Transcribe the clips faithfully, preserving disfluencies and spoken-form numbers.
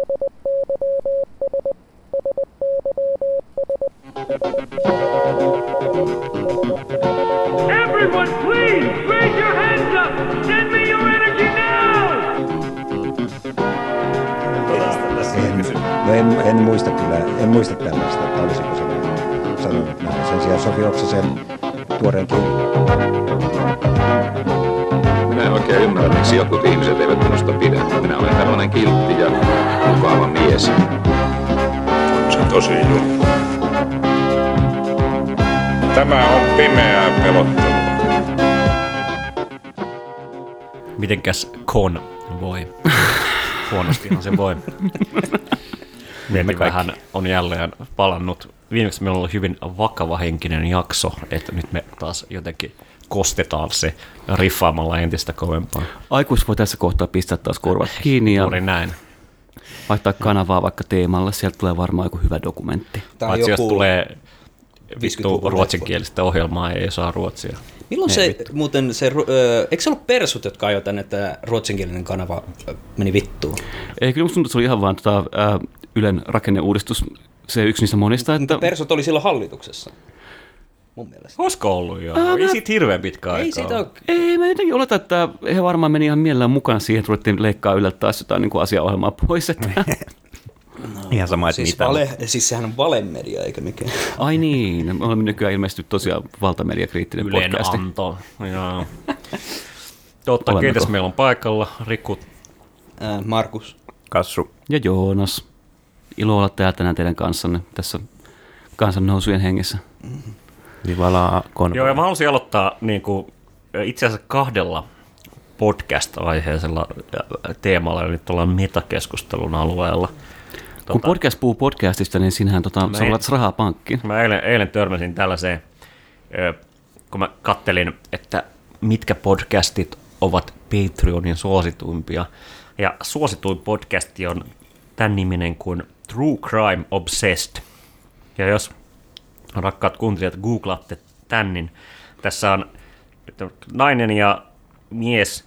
Everyone, please, raise your hands up! Send me your energy now! No en, en muista kyllä, en muista tällaista, että olisiko se sanonut näin. Sen sijaan Sofi Oksasen tuoreen Minä en oikein ymmärrä, miksi jotkut ihmiset eivät minusta pidä. Minä olen tällainen kiltti ja mukava mies. On se tosi juttu. Tämä on pimeää pelottelua. Mitenkäs Kon voi? Huonostihan se voi. Mietivähän on jälleen palannut. Viimeksi meillä on ollut hyvin vakava henkinen jakso, että nyt me taas jotenkin kostetaan se riffaamalla entistä kovempaa. Aikuis voi tässä kohtaa pistää taas korvat kiinni ja näin. Vaihtaa kanavaa vaikka teemalla. Sieltä tulee varmaan joku hyvä dokumentti. Paitsi jos tulee vittu ruotsinkielistä ohjelmaa, ei saa ruotsia. Milloin Ei, se vittu. muuten, se, ö, eikö se ollut persut, jotka ajoi tänne, että ruotsinkielinen kanava meni vittuun? Ei, kyllä musta tuntuu, että se oli ihan vaan tota, ää, Ylen rakenneuudistus, se yksi niistä monista. Että... Mutta persut oli silloin hallituksessa, mun mielestä. Olisiko ollut jo? Ää, ei mä... siitä hirveän pitkä aikaa. Ei siitä ole. Ei, mä jotenkin oletan, että he varmaan meni ihan mielellään mukana siihen, että ruvettiin leikkaa Yleltä taas jotain niin kuin asiaohjelmaa pois. Että... No, ihan sama, että siis, mitä. vale, siis sehän on valemedia eikä mikään. Ai niin, me olemme nykyään ilmestynyt tosiaan valtamediakriittinen Ylen podcasti. anto. Totta, keitäs meillä on paikalla? Rikku. Ää, Markus. Kassu. Ja Joonas. Ilo olla täällä tänään teidän kanssanne tässä kansannousujen hengessä. Vivalaa konvoja. Joo, ja mä haluaisin aloittaa niin kuin, itse asiassa kahdella podcast-aiheisella teemalla, ja nyt ollaan metakeskustelun alueella. Kun tota, podcast puhuu podcastista, niin sinähän tota, sä laitat rahaa pankkiin. Mä eilen, eilen törmäsin tällaiseen, kun mä kattelin, että mitkä podcastit ovat Patreonin suosituimpia. Ja suosituin podcasti on tämän niminen kuin True Crime Obsessed. Ja jos rakkaat kuuntelijat googlaatte tän, niin tässä on nainen ja mies,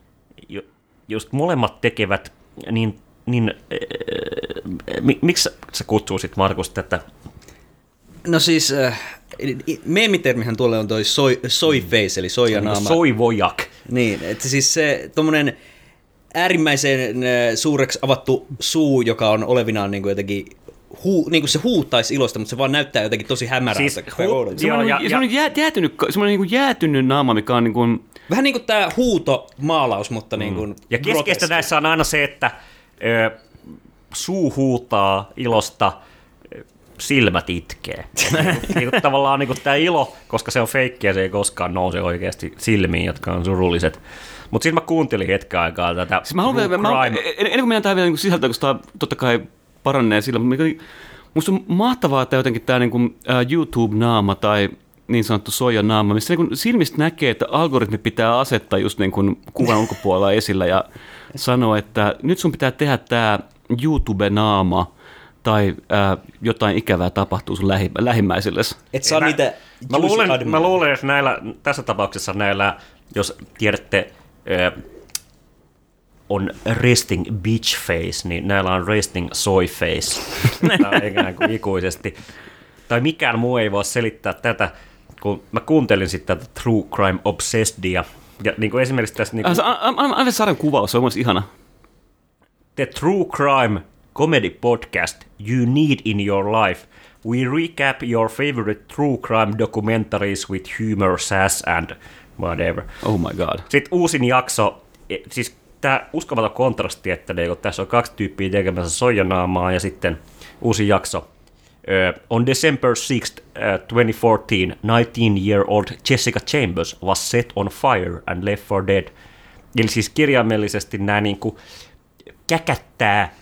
just molemmat tekevät niin, niin äh, miksi sä kutsuisit, Markus, tätä? No siis, äh, meemitermihän tuolle on toi soy, soyface, eli soijanaama. Soivojak. Niin, että siis se tommonen äärimmäisen suureksi avattu suu, joka on olevinaan niin kuin jotenkin, huu, niin kuin se huutaisi ilosta, mutta se vaan näyttää jotenkin tosi hämärältä. Siis, hu- semmoinen ja, ja, semmoinen jää, jäätynyt, semmoinen niin kuin jäätynyt naama, mikä on niin kuin... Vähän niin kuin tämä huutomaalaus, mutta niin kuin... Ja keskeistä näissä on aina se, että ö, suu huutaa ilosta, silmät itkee. niin kuin, tavallaan niin kuin tämä ilo, koska se on feikkiä, se ei koskaan nouse oikeasti silmiin, jotka on surulliset. Mutta siis mä kuuntelin hetken aikaa tätä siis mä haluan, mä, mä, ennen kuin mennään tähän vielä niin sisältöön, koska tämä totta kai parannee sillä, mutta musta on mahtavaa, että jotenkin tämä niin kuin, uh, YouTube-naama tai niin sanottu soijanaama, missä niin kuin silmistä näkee, että algoritmi pitää asettaa just niin kuin kuvan ulkopuolella esillä ja sanoa, että nyt sun pitää tehdä tämä YouTube-naama tai ää, jotain ikävää tapahtuu sun lähi, lähimmäisillesi. Et saa mä, niitä... Mä luulen, mä luulen, että näillä, tässä tapauksessa näillä, jos tiedätte, äh, on resting bitch face, niin näillä on resting soy face. Tai ikään kuin ikuisesti. Tai mikään muu ei voi selittää tätä, kun mä kuuntelin sitten tätä True Crime Obsessedia. Ja niin kuin esimerkiksi tässä... Niin kuin, Anna saada kuvaus, se on myös ihana. The True Crime Comedy Podcast You Need in Your Life. We recap your favorite true crime documentaries with humor, sass and whatever. Oh my god. Sitten uusin jakso, siis tämä uskomaton kontrasti, että tässä on kaksi tyyppiä tekemässä soijanaamaa ja sitten uusi jakso. Uh, on December sixth, uh, twenty fourteen, nineteen-year-old Jessica Chambers was set on fire and left for dead. Eli siis kirjaimellisesti nämä niinku käkättää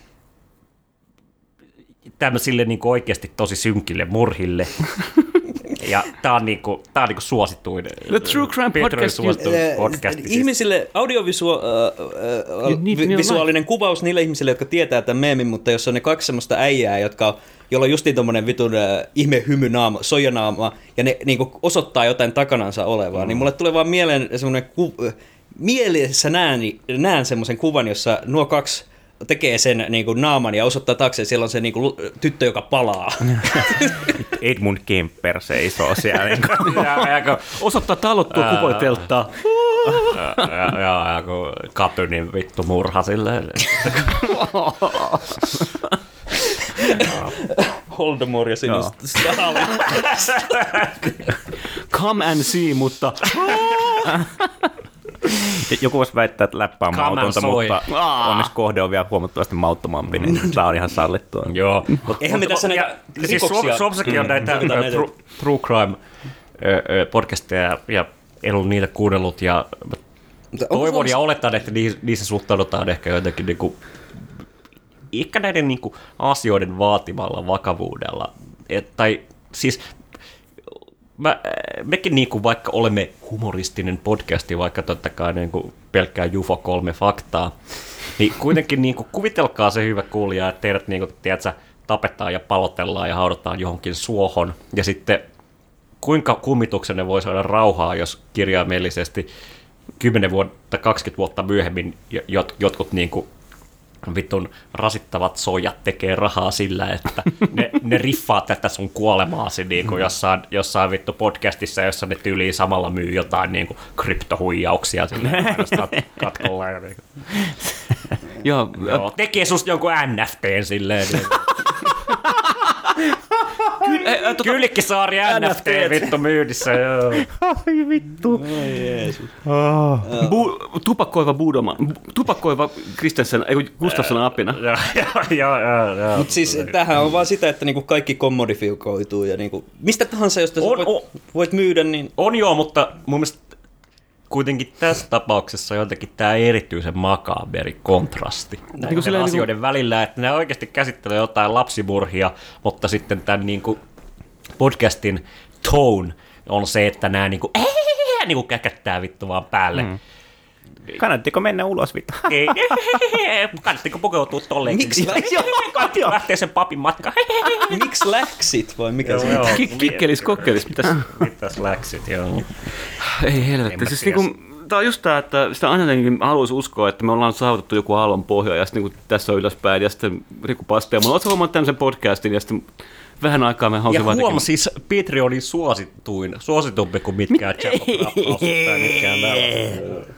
tämmöisille niinku oikeasti tosi synkille murhille. Ja tää on niinku, tää on niinku suosituin. The True Crime Podcast. podcast siis. Ihmisille audiovisuaalinen kuvaus niille ihmisille, jotka tietää tämän meemin, mutta jos on ne kaksi semmoista äijää, jotka, jolla on justiin tommonen vitun äh, ihme hymynaama, sojanaama, ja ne niinku osoittaa jotain takanansa olevaa, mm. niin mulle tulee vaan mieleen semmoinen ku, mielessä näen, näen semmoisen kuvan, jossa nuo kaksi tekee sen niin kuin naaman ja osoittaa taakse, siellä on se niin kuin tyttö, joka palaa. Edmund Kemper seisoo siellä. Niin osoittaa talottua kupoiteltaa. Ja, ja, ja kun Katynin vittu murha silleen. Voldemort ja sinistä Stalin. Come and see, mutta... Joku voisi väittää, että läppä on mautonta, mutta onneksi kohde on vielä huomattavasti mauttomampi, niin tämä on ihan sallittua. Joo. Eihän me tässä näitä siis Suomessakin on näitä true crime podcasteja ja en ollut niitä kuunnellut ja toivon ja oletan, että niissä suhtaudutaan ehkä jotenkin niinku, ehkä näiden niinku asioiden vaatimalla vakavuudella. Et, tai siis mä, mekin niinku vaikka olemme humoristinen podcasti, vaikka totta kai niinku pelkkää Jufo kolme faktaa, niin kuitenkin niinku kuvitelkaa se hyvä kuulija, että teidät niinku, tiedätkö, tapetaan ja palotellaan ja haudataan johonkin suohon ja sitten kuinka kummituksenne voi saada rauhaa, jos kirjaimellisesti kymmenen vuotta, kaksikymmentä vuotta myöhemmin jot, jotkut niin kuin vitun rasittavat sojat tekee rahaa sillä, että ne, ne riffaa tätä sun kuolemaasi niin kuin jossain, jossain vittu podcastissa, jossa ne tyyliin samalla myy jotain niin kuin kryptohuijauksia silleen katkolla. Ja niin Joo, Joo, tekee susta jonkun N F T:n silleen. Niin. Kyllikkisaari N F T vittu myynnissä, joo. Ai vittu. Ai Jeesus. Oh. Bu- tupakkoiva Budoma, tupakkoiva Kristensen, ei Gustafsson apina. Joo, joo, joo, joo. Mutta siis tämähän on vaan sitä, että niinku kaikki kommodifikoituu ja niinku, mistä tahansa, josta sä On, voit, on. voit myydä, niin... On joo, mutta mun mielestä kuitenkin tässä tapauksessa jotenkin tämä erityisen makaberi kontrasti näiden niin kuin asioiden niin kuin... välillä, että ne oikeasti käsittelee jotain lapsimurhia, mutta sitten tämän niin kuin podcastin tone on se, että nämä niin kuin, ee, niin kuin käkättää vittu vaan päälle. Mm. Kannattiko mennä ulos vittu? Ei, kannattiko pukeutua tolleen? Miksi Kannattaa lähteä sen papin matka. Miksi läksit vai mikä se on? Kikkelis, kokkelis, mitäs? Mitäs läksit, joo. Ei helvetti, siis niinku, tää on just tää, että sitä aina jotenkin haluaisi uskoa, että me ollaan saavutettu joku aallon pohja ja sitten niinku tässä on ylöspäin ja sitten Riku Paste ja mulla ootko huomannut tämmöisen podcastin ja sitten vähän aikaa me halusin vaan Ja huoma tekemään. siis Patreonin suosituin, suositumpi kuin mitkään chat-rappausut tai mitkään tällaiset.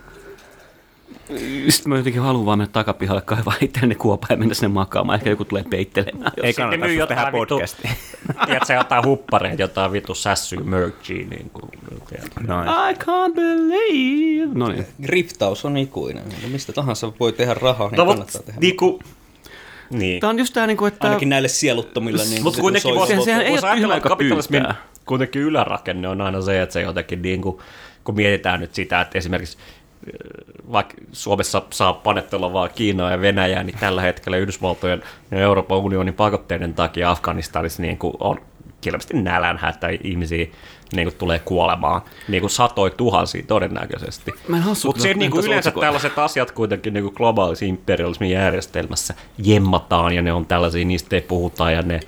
Sitten mä jotenkin haluan vaan mennä takapihalle kaivaa itselleni kuopaa ja mennä sinne makaamaan. Ehkä joku tulee peittelemään. Ei Sitten kannata myy tehdä jotain vittu, podcastia. tiedätkö, jotain huppareita, jotain vittu sässyä merchia, niin kuin, Noin. I can't believe. No niin. Griftaus on ikuinen. Mistä tahansa voi tehdä rahaa, niin no, kannattaa mut, tehdä. niinku, niin. Tää on just tää niinku, että... Ainakin näille sieluttomille. Niin Mutta kuitenkin voisi Sehän- sehän ei vois ole ajatella, tyhmä, että joka kapitalismin pyytää. kuitenkin ylärakenne on aina se, että se jotenkin, niin kuin, kun mietitään nyt sitä, että esimerkiksi vaikka Suomessa saa panettella vaan Kiinaa ja Venäjää, niin tällä hetkellä Yhdysvaltojen ja Euroopan unionin pakotteiden takia Afganistanissa niin kuin on ilmeisesti nälänhätä, ihmisiä niin kuin tulee kuolemaan niin kuin satoi tuhansia todennäköisesti. Mutta se niin kuin yleensä tällaiset asiat kuitenkin niin kuin globaalissa imperialismin järjestelmässä jemmataan ja ne on tällaisia, niistä ei puhuta ja ne,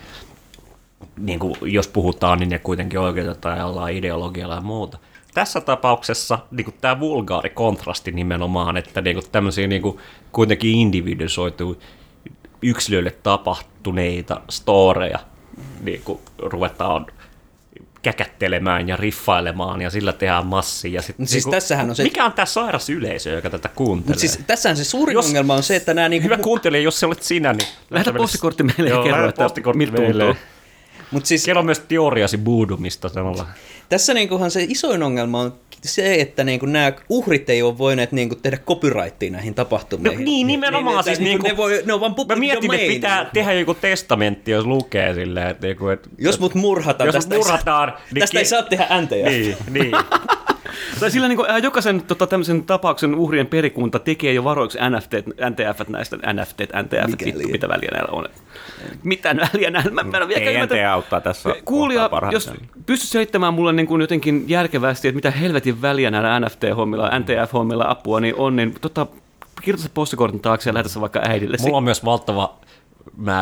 niin kuin, jos puhutaan, niin ne kuitenkin oikeutetaan jollain ideologialla ja muuta. Tässä tapauksessa niin tämä vulgaari kontrasti nimenomaan, että niin kuin tämmöisiä niin kuin, kuitenkin individusoituu yksilöille tapahtuneita storeja niin kuin ruvetaan käkättelemään ja riffailemaan ja sillä tehdään massia. Ja sit, Mut siis niin tässähän on se- mikä on tämä sairas yleisö, joka tätä kuuntelee? Mutta siis tässähän se suurin Jos- ongelma on se, että nämä... Niinku, Hyvä kuuntelija, jos se olet sinä, niin... Lähetä postikortti meille ja Joo, kerro, lähetä että postikortti miltä meille. tuntuu. mut siis, Kerro myös teoriasi buudumista samalla. tässä niinku se isoin ongelma on se, että niinku nämä uhrit ei ole voineet niinku tehdä copyrightia näihin tapahtumiin. No niin, nimenomaan. Siis niinku, niinku- ne, voi, ne on vaan Mä public mietin, että domain. pitää tehdä joku testamentti, jos lukee silleen, että... Joku, että Jos mut murhataan, jos tästä, mut murhataan, ei, saa, niin tästä ei ki- saa tehdä äntejä. Niin, niin. Tai sillä niin kuin, äh, jokaisen tota, tämmöisen tapauksen uhrien perikunta tekee jo varoiksi N F T, N T F näistä, N F T, N T F, Mikä vittu, liian? mitä väliä näillä on. Mitä väliä näillä? Mä, mä en ole vieläkään Ei N T ymmärtänyt. auttaa tässä. Kuulija, kohtaa jos parhaiten. pystyt selittämään mulle niin kuin jotenkin järkevästi, että mitä helvetin väliä näillä N F T-hommilla, N T F-hommilla apua niin on, niin tota, kirjoita se postikortin taakse ja lähetä se vaikka äidille. Mulla on myös valtava määrä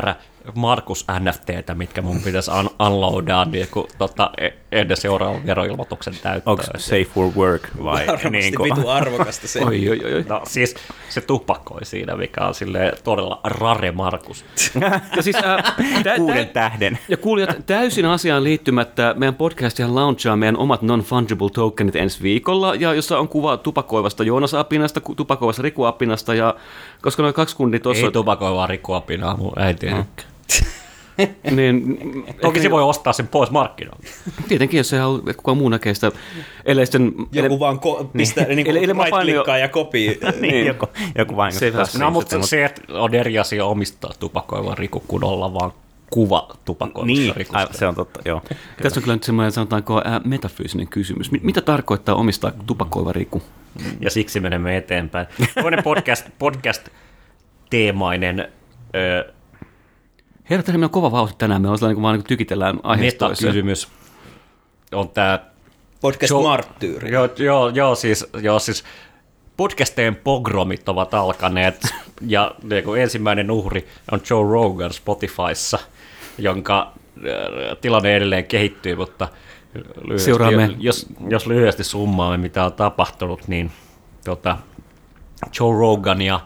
Markus N F T:tä, mitkä mun pitäisi un- unloadaa niin kun, tota, ennen seuraavan veroilmoituksen täyttöä. Onko safe for work vai? Varmasti niin vitu arvokasta se. Oi, oi, oi. No siis se tupakoi siinä, mikä on silleen todella rare Markus. Ja siis, äh, tä, Kuuden tä, tähden. ja kuulijat, täysin asiaan liittymättä meidän podcastihan launchaa meidän omat non-fungible tokenit ensi viikolla, ja jossa on kuva tupakoivasta Joonas Apinasta, tupakoivasta Riku Apinasta, ja koska noin kaksi kundia tuossa... Ei tupakoivaa Riku Apinaa, mun äiti mm. Niin, toki se voi ostaa sen pois markkinoilta. Tietenkin, jos ei halua, kukaan muu näkee sitä, ellei sitten... Joku vaan ko- pistää niin, niin right-klikkaa ja kopii. niin, joku, joku vain. No, mutta se, että on eri asia omistaa tupakoivan Riku, kun olla vaan kuva tupakoivasta niin, Rikusta. Aivan, se on totta, joo. Tässä on kyllä nyt semmoinen, sanotaanko, ää, metafyysinen kysymys. Mitä tarkoittaa omistaa tupakoiva Riku? Ja siksi menemme eteenpäin. Toinen podcast, podcast-teemainen... Ö, Herra, meillä on kova vauhti tänään. Me on sellainen, kun vaan niin tykitellään aiheesta. Meta-kysymys on tämä... Podcast-marttyyri. Joo, joo, joo, siis, joo, siis podcastien pogromit ovat alkaneet, ja niin kuin ensimmäinen uhri on Joe Rogan Spotifyssa, jonka tilanne edelleen kehittyy, mutta lyhyesti, jos, jos lyhyesti summaamme, mitä on tapahtunut, niin tota, Joe Rogania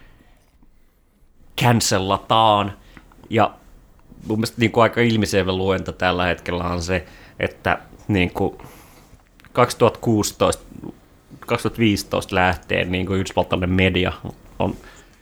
cancellataan, ja mun mielestä niin kuin aika ilmiselvä luenta tällä hetkellä on se, että niin kuin kaksituhattakuusitoista kaksituhattaviisitoista lähtien niin kuin yhdysvaltalainen media on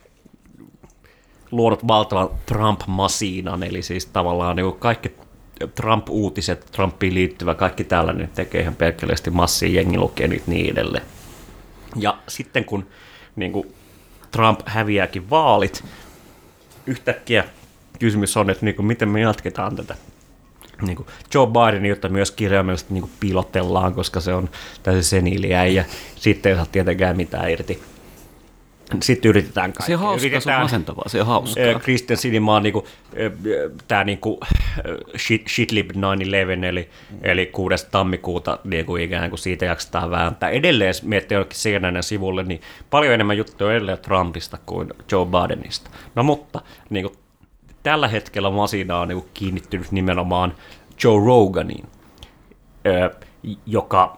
luonut valtavan Trump-masiinan, eli siis tavallaan niin kuin kaikki Trump-uutiset, Trumpiin liittyvä, kaikki tällainen tekee ihan pelkästään massia, jengi lukee niitä niin edelleen. Ja sitten kun niin kuin Trump häviääkin vaalit, yhtäkkiä kysymys on, että niin kuin, miten me jatketaan tätä. Niin kuin Joe Biden, jota myös kirjaimellisesti niin kuin piilotellaan, koska se on täysin seniiliä ja sitten ei saa tietenkään mitään irti. Sitten yritetään kaikkea. Se on hauskaa, yritetään, se on masentavaa, se on hauskaa. Kristen Sinimaan niin tämä niin shit, shitlib nine eleven, eli, mm. eli kuudes tammikuuta niin kuin ikään kuin siitä jaksetaan vääntää. Edelleen miettii jonnekin C N N:n sivulle, niin paljon enemmän juttuja edelleen Trumpista kuin Joe Bidenista. No mutta niin kuin, tällä hetkellä masina on niin kuin kiinnittynyt nimenomaan Joe Roganiin, joka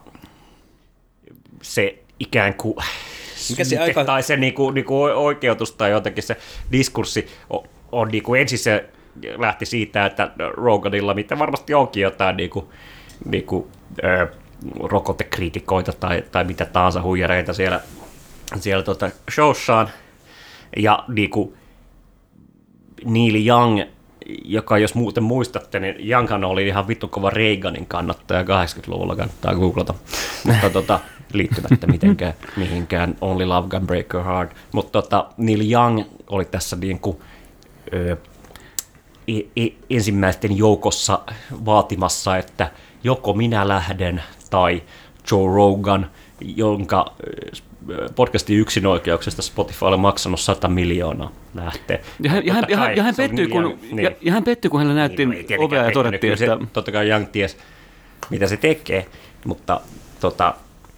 se ikään kuin Mikä se aika... tai se niinku, niinku oikeutus tai jotenkin se diskurssi on, on niinku, ensin se lähti siitä, että Roganilla, mitä varmasti onkin jotain niinku, niinku, ö, rokotekriitikoita tai, tai mitä tahansa huijareita siellä, siellä tota showssaan, ja niinku, Neil Young, joka jos muuten muistatte, niin Younghan oli ihan vittu kova Reaganin kannattaja kahdeksankymmentäluvulla, kannattaa googlata, mutta tota, liittymättä mitenkään mihinkään Only Love Can Break Your Heart. Mutta tota, Neil Young oli tässä niin kuin, ö, e- e- ensimmäisten joukossa vaatimassa, että joko minä lähden tai Joe Rogan, jonka podcastin yksinoikeuksesta Spotify oli maksanut sata miljoonaa lähtee. Ja hän, ja hän, ja hän, ja hän pettyi, kun, niin. ja, ja hän pettyi, kun hänelle näyttiin niin, no, ovea ja todettiin, että... Se, totta kai Young ties, mitä se tekee, mutta tota,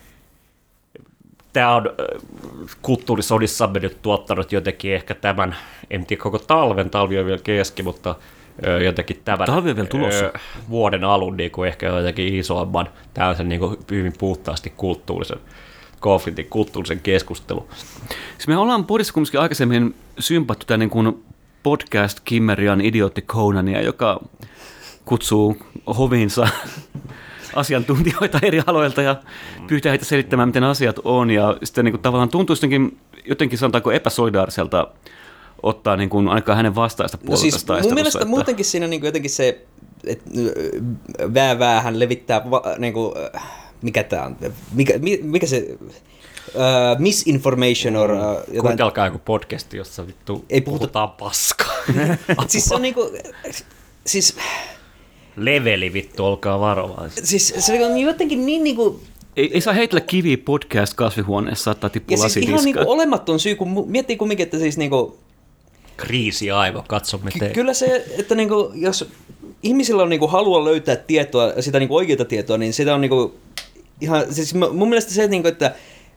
tämä on kulttuurisodissa nyt tuottanut jotenkin ehkä tämän, en tiedä koko talven, talvi on vielä kesken, mutta jotenkin tämän talvi on vielä tulossa. Vuoden alun niin kuin ehkä jotenkin isoimman, täysin niin kuin hyvin puhtaasti kulttuurisen konfliktin, kulttuurisen keskustelun. Siis me ollaan podissa kumminkin aikaisemmin sympattu tämän niin kuin podcast Kimmerian idiootti Conania, joka kutsuu hoviinsa asiantuntijoita eri aloilta ja pyytää heitä selittämään, miten asiat on. Ja sitten niin kuin tavallaan tuntuu jotenkin, jotenkin sanotaanko epäsolidaariselta ottaa niin kuin ainakaan hänen vastaista puolta no siis tässä taistelussa. Mun mielestä että... muutenkin siinä on niin kuin jotenkin se, että väävää hän levittää, niin kuin, mikä tämä on, mikä, mikä se... Uh, misinformation or... Uh, jotain... Kuinka joku podcasti, jossa vittu ei puhuta... puhutaan paskaa. siis se on niinku... Siis... Leveli vittu, olkaa varovaisia. Siis se on jotenkin niin niinku... Ei, ei saa heitellä kiviä podcast kasvihuoneessa, saattaa tippua lasitiskaa. Ja siis ihan niinku olematon syy, kun miettii kumminkin, että siis niinku... Kriisiaivo, katsomme ky- teille. Kyllä se, että niinku, jos ihmisillä on niinku halua löytää tietoa, sitä niinku oikeaa tietoa, niin sitä on niinku... Ihan, siis mun mielestä se, että...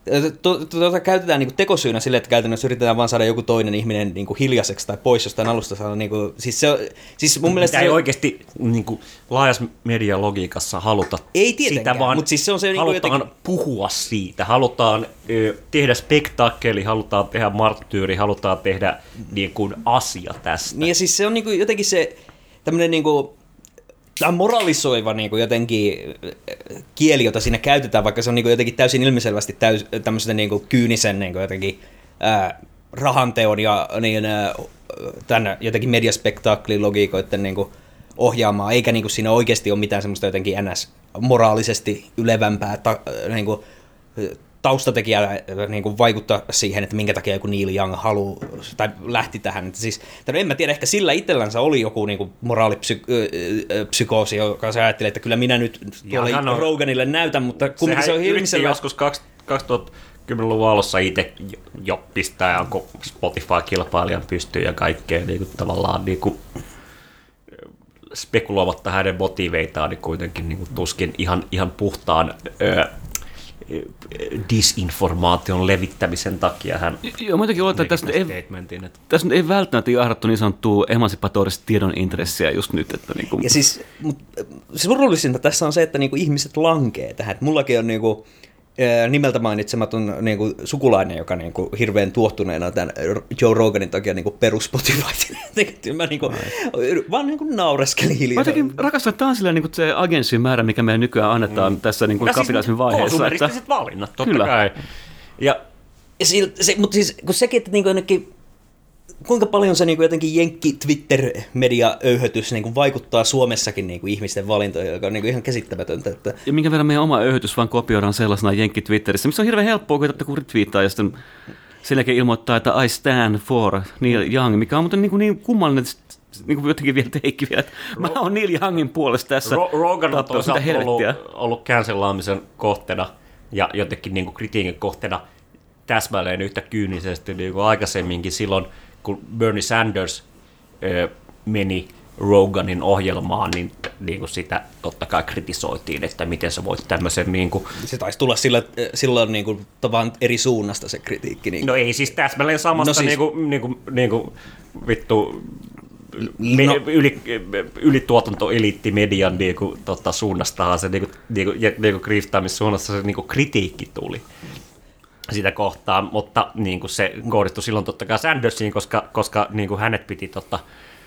Tuota käytetään niinku tekosyynä sille, että käytännössä yritetään vaan saada joku toinen ihminen niinku hiljaiseksi tai pois jostain alusta. Saada niinku, siis, se on, siis mun mielestä... Tämä ei se... oikeasti niinku, laajassa medialogiikassa haluta ei tietenkään, sitä, vaan mutta siis se on se halutaan niinku jotenkin... puhua siitä. Halutaan ö, tehdä spektaakkeli, halutaan tehdä marttyyri, halutaan tehdä niinku, asia tästä. Niin ja siis se on niinku, jotenkin se tämmöinen... Niinku, tämä on moralisoiva niin kuin jotenkin kieli, jota siinä käytetään, vaikka se on niin kuin jotenkin täysin ilmiselvästi täys, tämmöisen niin kuin kyynisen niin kuin jotenkin ää, rahanteon ja niin, ää, tämän jotenkin mediaspektaaklin logiikoiden niin kuin ohjaamaa, eikä niin kuin siinä oikeasti ole mitään semmoista jotenkin ns. Moraalisesti ylevämpää ta, niin kuin, taustatekijää niin kuin vaikuttaa siihen, että minkä takia joku Neil Young haluu, tai lähti tähän. Että siis, en mä tiedä, ehkä sillä itsellänsä oli joku niin kuin moraalipsykoosi, joka se ajatteli, että kyllä minä nyt tuolle on, Roganille näytän, mutta kumminkin se on ilmiselvä. Joskus kaksituhattakymmenluvun alussa itse jo pistää jonkun Spotify-kilpailijan pystyyn ja kaikkea niin kuin, tavallaan niin kuin, spekuloimatta hänen motiveitaan, niin kuitenkin niin kuin, tuskin ihan, ihan puhtaan öö, disinformaation levittämisen takia hän... Joo, mä jotenkin oletan, että tässä ei, että... tässä ei välttämättä jahdattu niin sanottua emansipatorista tiedon intressiä just nyt. Että niin kuin... Ja siis, mut, surullisinta tässä on se, että niinku ihmiset lankee tähän. Et mullakin on niinku, nimeltä mainitsematon niinku sukulainen, joka niinku hirveän tuottuneena tämän Joe Roganin takia niinku perus Spotify. Mä niinku, vaan niinku naureskelin hiljaa. Mä jotenkin rakastan, että tämä on silleen niinku se agensin määrä, mikä me nykyään annetaan mm. tässä niinku kapitalismin siis vaiheessa. Konsumeristiset että... valinnat, totta Kyllä. kai. Ja, ja se, se, mutta siis kun sekin, että niinku jonnekin, kuinka paljon se niinku jotenkin jenkki-Twitter-media-öyhötys niinku vaikuttaa Suomessakin niinku ihmisten valintoihin, joka on niinku ihan käsittämätöntä. Että... Ja minkä verran meidän oma öyhötys vaan kopioidaan sellaisena jenkki-Twitterissä, missä on hirveän helppoa, kun kun retweettaa ja sitten sen jälkeen ilmoittaa, että I stand for Neil Young, mikä on muuten niin, niin kummallinen, niin kuin jotenkin vielä teikki vielä, että mä oon Neil Youngin puolesta tässä. Ro- Rogan on toisaalta ollut, ollut cancelaamisen kohteena ja jotenkin niin kuin kritiikin kohteena täsmälleen yhtä kyynisesti niin kuin aikaisemminkin silloin, kun Bernie Sanders ö, meni Roganin ohjelmaan, niin, niin kuin sitä totta kai kritisoitiin, että miten sä voit tämmöisen... Niin kuin... Se taisi tulla sillä, silloin niin kuin, tavan eri suunnasta se kritiikki. Niin... No ei siis täsmälleen samasta, no siis... niin kuin, niin kuin, niin kuin vittu... Me, no. yli, ylituotantoeliittimedian niin kuin, tota, suunnastahan se niin kuin, niin kuin, niin kuin griftaamissuunnassa se niin kuin kritiikki tuli sitä kohtaan, mutta niin kuin se kohdistui silloin totta kai Sandersiin, koska, koska niin kuin hänet piti tota,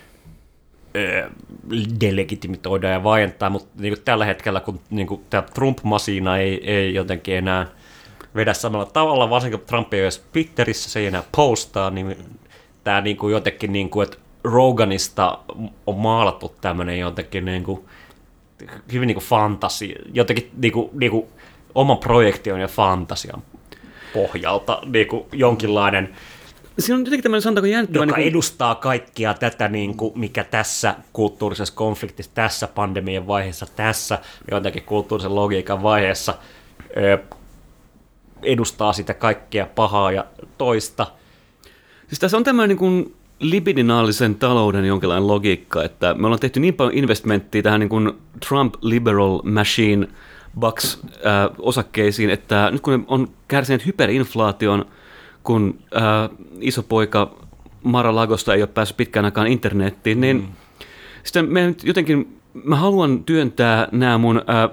ö, delegitimitoida ja vaientaa, mutta niin kuin tällä hetkellä, kun niin kuin tämä Trump-masina ei, ei jotenkin enää vedä samalla tavalla, varsinkin kun Trump ei ole edes Twitterissä, se ei enää postaa, niin tämä niin kuin jotenkin, niin kuin, että Roganista on maalattu tämmöinen jotenkin niin kuin, hyvin niin kuin fantasi, jotenkin niin kuin, niin kuin oman projektion ja fantasian pohjalta niin kuin jonkinlainen, siinä on jotenkin tämmöinen, sanotaanko jännittävä, joka niin kuin... edustaa kaikkia tätä, niin kuin, mikä tässä kulttuurisessa konfliktissa, tässä pandemian vaiheessa, tässä jotenkin kulttuurisen logiikan vaiheessa ö, edustaa sitä kaikkea pahaa ja toista. Siis tässä on tämmöinen niin kuin libidinaalisen talouden jonkinlainen logiikka, että me ollaan tehty niin paljon investmenttiä tähän niin kuin Trump Liberal Machine Bucks-osakkeisiin, että nyt kun ne on kärsineet hyperinflaation, kun äh, iso poika Mar-a-Lagosta ei ole päässyt pitkään aikaan internettiin, niin mm. sitten me jotenkin, mä haluan työntää nämä mun äh,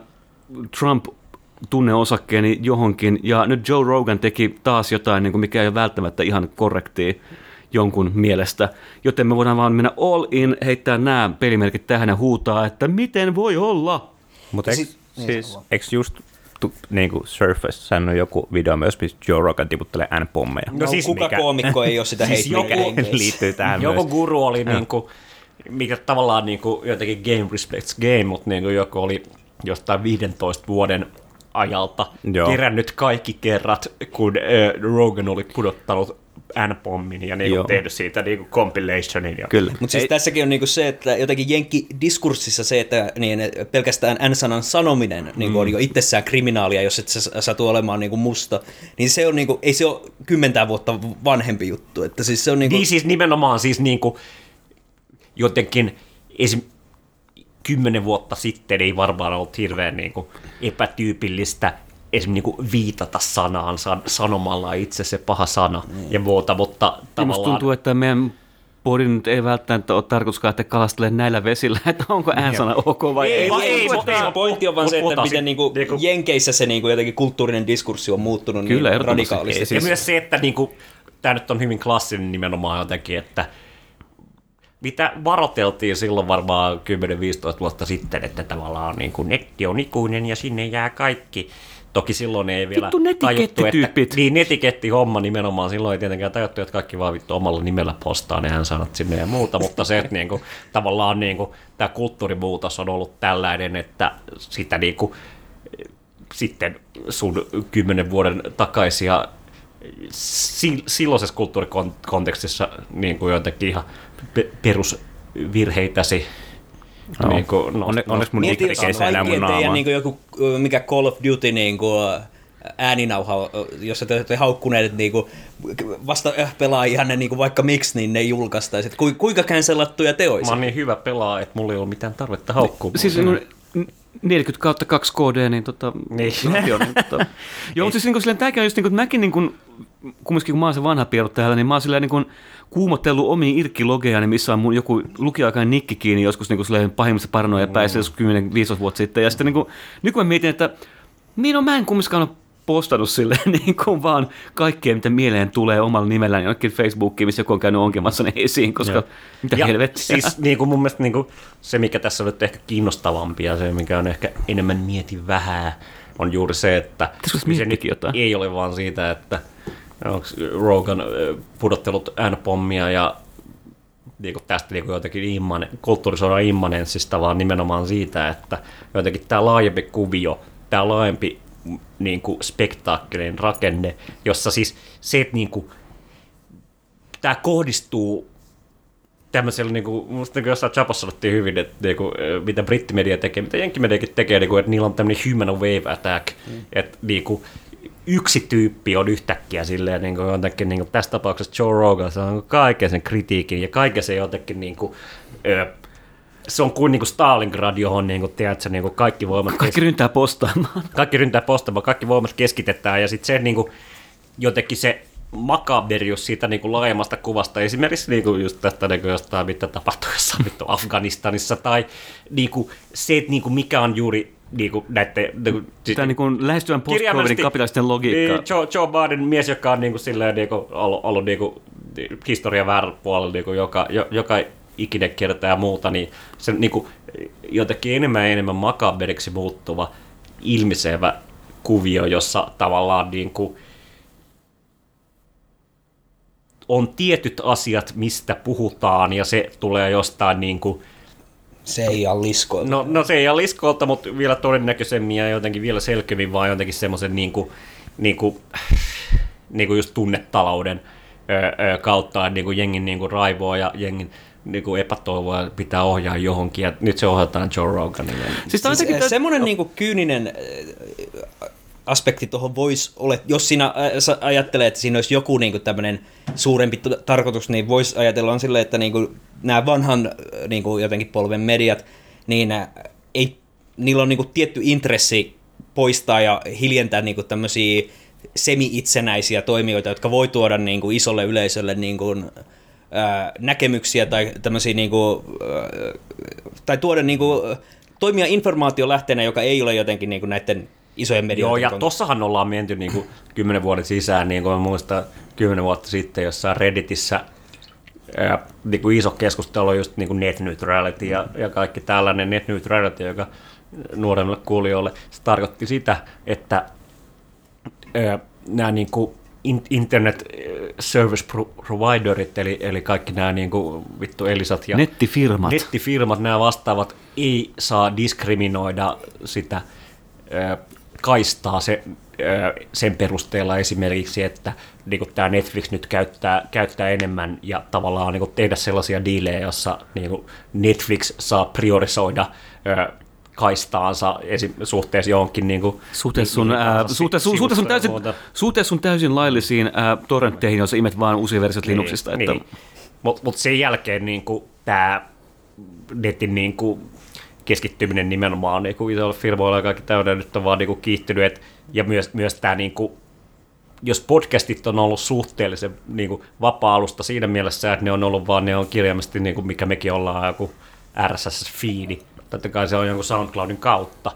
Trump-tunneosakkeeni johonkin, ja nyt Joe Rogan teki taas jotain, niin kuin mikä ei ole välttämättä ihan korrektia jonkun mielestä, joten me voidaan vaan mennä all in, heittää nämä pelimerkit tähän ja huutaa, että miten voi olla? Mutta eikö siis, just tu, niin kuin Surface on joku video myös, missä Joe Rogan tiputtelee N-pommeja? No, no siis kuka mikä, koomikko ei ole sitä siis heittänyt? Joku liittyy tähän joku myös. guru oli, niin kuin, mikä tavallaan niin kuin, jotenkin game respects game, mutta niin kuin, joku oli jostain viidentoista vuoden ajalta Joo. kerännyt kaikki kerrat, kun äh, Rogan oli pudottanut N-pommin ja niinku tehnyt siitä niinku compilationin. Mutta siis tässäkin on niinku se, että jotenkin jenkki-diskurssissa se, että niin pelkästään N-sanan sanominen mm. niinku on jo itsessään kriminaalia, jos et sä satu olemaan niinku musta, niin se on niinku, ei se ole kymmentä vuotta vanhempi juttu. Että siis se on niinku... Niin siis nimenomaan siis niinku jotenkin esim. kymmenen vuotta sitten ei varmaan ollut hirveän niinku epätyypillistä esimerkiksi niin kuin viitata sanaan san, sanomalla itse se paha sana mm. ja muuta, mutta tavallaan... Musta tuntuu, että meidän podin nyt ei välttämättä ole tarkoituskaan, että kalastelee näillä vesillä, että onko äänsana ok vai ei. Ei, ei, ei, ei, ei pointti on vaan se, että otasin, miten niinku niinku, Jenkeissä se niinku jotenkin kulttuurinen diskurssi on muuttunut kyllä, niin radikaalisti. Siis... Ja myös se, että niinku, tämä nyt on hyvin klassinen nimenomaan jotenkin, että mitä varoteltiin silloin varmaan kymmenen viisitoista vuotta sitten, että tavallaan niin kuin netti on ikuinen ja sinne jää kaikki. Toki silloin ei vielä tajuttu, että niin netiketti-homma nimenomaan, silloin ei tietenkään tajuttu, että kaikki vaan vittu omalla nimellä postaa ne sanat sinne ja muuta, mutta se, että niin kuin, tavallaan niin kuin, tämä kulttuurimuutos on ollut tällainen, että sitä niin kuin, sitten sun kymmenen vuoden takaisia silloisessa kulttuurikontekstissa niin kuin jotenkin ihan perusvirheitäsi. No. Niin kuin, no, Onne, onneksi mun Mieti, jos kaikkien teidän niin joku, mikä Call of Duty niin kuin, ääninauha, jossa te olette haukkuneet, että niin kuin, vasta pelaajia ne niin kuin, vaikka miksi, niin ne julkaistaisi. Ku, kuinka cancelattuja te olisi? Mä oon niin hyvä pelaa, että mulla ei ollut mitään tarvetta haukkua. Siis neljäkymmentä kautta kaksi K D, niin tota... Niin. Ratio, niin tota. Joo, mutta siis niin kuin, tämäkin on just niin kuin, mäkin niin kuin, kumminkin kun mä oon se vanha pierut täällä, niin mä oon silleen niin kuin kuumottellut omiin irkkilogejani, missä on mun joku lukija-aikainen nikki kiinni joskus niin kuin pahimmissa paranoja päissä joskus kymmenen viisitoista vuotta sitten. Ja sitten niin kuin, nyt kun mä mietin, että niin no mä en kumminkaan ole postannut silleen niin kuin vaan kaikkea, mitä mieleen tulee omalla nimelläni jonnekin Facebookiin, missä joku on käynyt onkemassa ne esiin, koska ja. mitä ja helvettiä. Siis niin kuin mun mielestä niin kuin se, mikä tässä on nyt ehkä kiinnostavampi ja se, mikä on ehkä enemmän mieti vähää, on juuri se, että se nyt ei ole vaan siitä, että onko Rogan pudottelut N-pommia ja niin kuin tästä niin kuin jotenkin immanen, kulttuurisodan immanenssista, vaan nimenomaan siitä, että jotenkin tämä laajempi kuvio, tämä laajempi niin kuin spektaakkelin rakenne, jossa siis se, että niin kuin, tämä kohdistuu tämmöisellä, niin kuin, musta niin jossain Chapossa sanottiin hyvin, että niin kuin, mitä brittimedia tekee, mitä jenkkimediakin tekee, niin kuin, että niillä on tämmöinen human wave attack, mm. että niin kuin, yksi tyyppi on yhtäkkiä silleen, niin kuin jotenkin, niin kuin tässä tapauksessa Joe Rogan, se on kaiken sen kritiikin ja kaiken se jotenkin, niin kuin, ö, se on kuin, niin kuin Stalingrad, johon niin kuin, tiedätkö, niin kuin kaikki voimat... Kaikki ryntää postaamaan. Kaikki ryntää postaamaan, kaikki voimat keskitetään ja sitten se niin kuin, jotenkin se makaberius siitä niin kuin laajemmasta kuvasta, esimerkiksi niin kuin just tästä niin kuin jostain, mitä tapahtui jossain Afganistanissa, tai niin kuin, se, että niin kuin, mikä on juuri niin kuin näette, niin tämä niin kuin lähestyvän post-covidin kapitalisten logiikka. Niin, Joe, Joe Biden, mies, joka on niin kuin, silleen, niin kuin, ollut, ollut niin kuin, historian väärällä puolella, niin kuin, joka, joka ikinen kerta ja muuta, niin se niin kuin, jotenkin enemmän ja enemmän makaberiksi muuttuva ilmiselvä kuvio, jossa tavallaan niin kuin, on tietyt asiat, mistä puhutaan, ja se tulee jostain niin kuin, Seija Liskolta. No, no Seija Liskolta, mutta vielä todennäköisemmin ja jotenkin vielä selkeämmin vaan jotenkin semmoisen niin kuin, niin kuin, niin kuin just tunnetalouden öö, kautta, niin kuin jengin niin kuin raivoa ja jengin niin kuin epätoivoa pitää ohjaa johonkin, ja nyt se ohjataan Joe Roganille. Siis, siis se, semmoinen niin kuin kyyninen aspekti tuohon voisi olla, jos siinä ajattelee, että siinä olisi joku niin kuin tämmöinen suurempi tarkoitus, niin voisi ajatella on silleen, että niin kuin nämä vanhan niin kuin jotenkin polven mediat, niin ei, niillä on niin kuin tietty intressi poistaa ja hiljentää niin kuin tämmöisiä semi-itsenäisiä toimijoita, jotka voi tuoda niin kuin isolle yleisölle niin kuin, ää, näkemyksiä tai tämmöisiä niin kuin, ää, tai tuoda niin kuin, toimia informaatiolähteenä, joka ei ole jotenkin niin kuin näiden isojen medioiden. Joo, ja tossahan ollaan menty niin kuin kymmenen vuoden sisään, niin kuin mä muistan kymmenen vuotta sitten jossain Redditissä ää, niin kuin iso keskustelu just niin kuin net neutrality ja, ja kaikki tällainen net neutrality, joka nuoremmille kuulijoille, se tarkoitti sitä, että ää, nämä niin kuin internet service providerit, eli, eli kaikki nämä niin kuin, vittu Elisat ja nettifirmat. nettifirmat, nämä vastaavat, ei saa diskriminoida sitä ää, kaistaa se, sen perusteella esimerkiksi, että niin kuin tämä Netflix nyt käyttää, käyttää enemmän ja tavallaan niin kuin tehdä sellaisia diilejä, jossa niin kuin Netflix saa priorisoida kaistaansa esim. Suhteessa johonkin niin kuin, suhteessa sun, ää, suhteessa, sun, suhteessa, sun täysin, suhteessa sun täysin laillisiin ää, torrentteihin, joissa imet vaan uusia versiot niin, Linuxista. Että... Niin. Mutta mut sen jälkeen niin kuin, tämä netin niin kuin, keskittyminen nimenomaan niin kuin isoilla firmoilla ja kaikki täydellä nyt on vaan niin kuin kiihtynyt, et, ja myös, myös tämä niin kuin, jos podcastit on ollut suhteellisen niin kuin vapaa-alusta siinä mielessä, että ne on ollut vaan, ne on kirjaimesti, niin kuin mikä mekin ollaan, joku R S S-fiidi. Totta kai se on jonkun SoundCloudin kautta,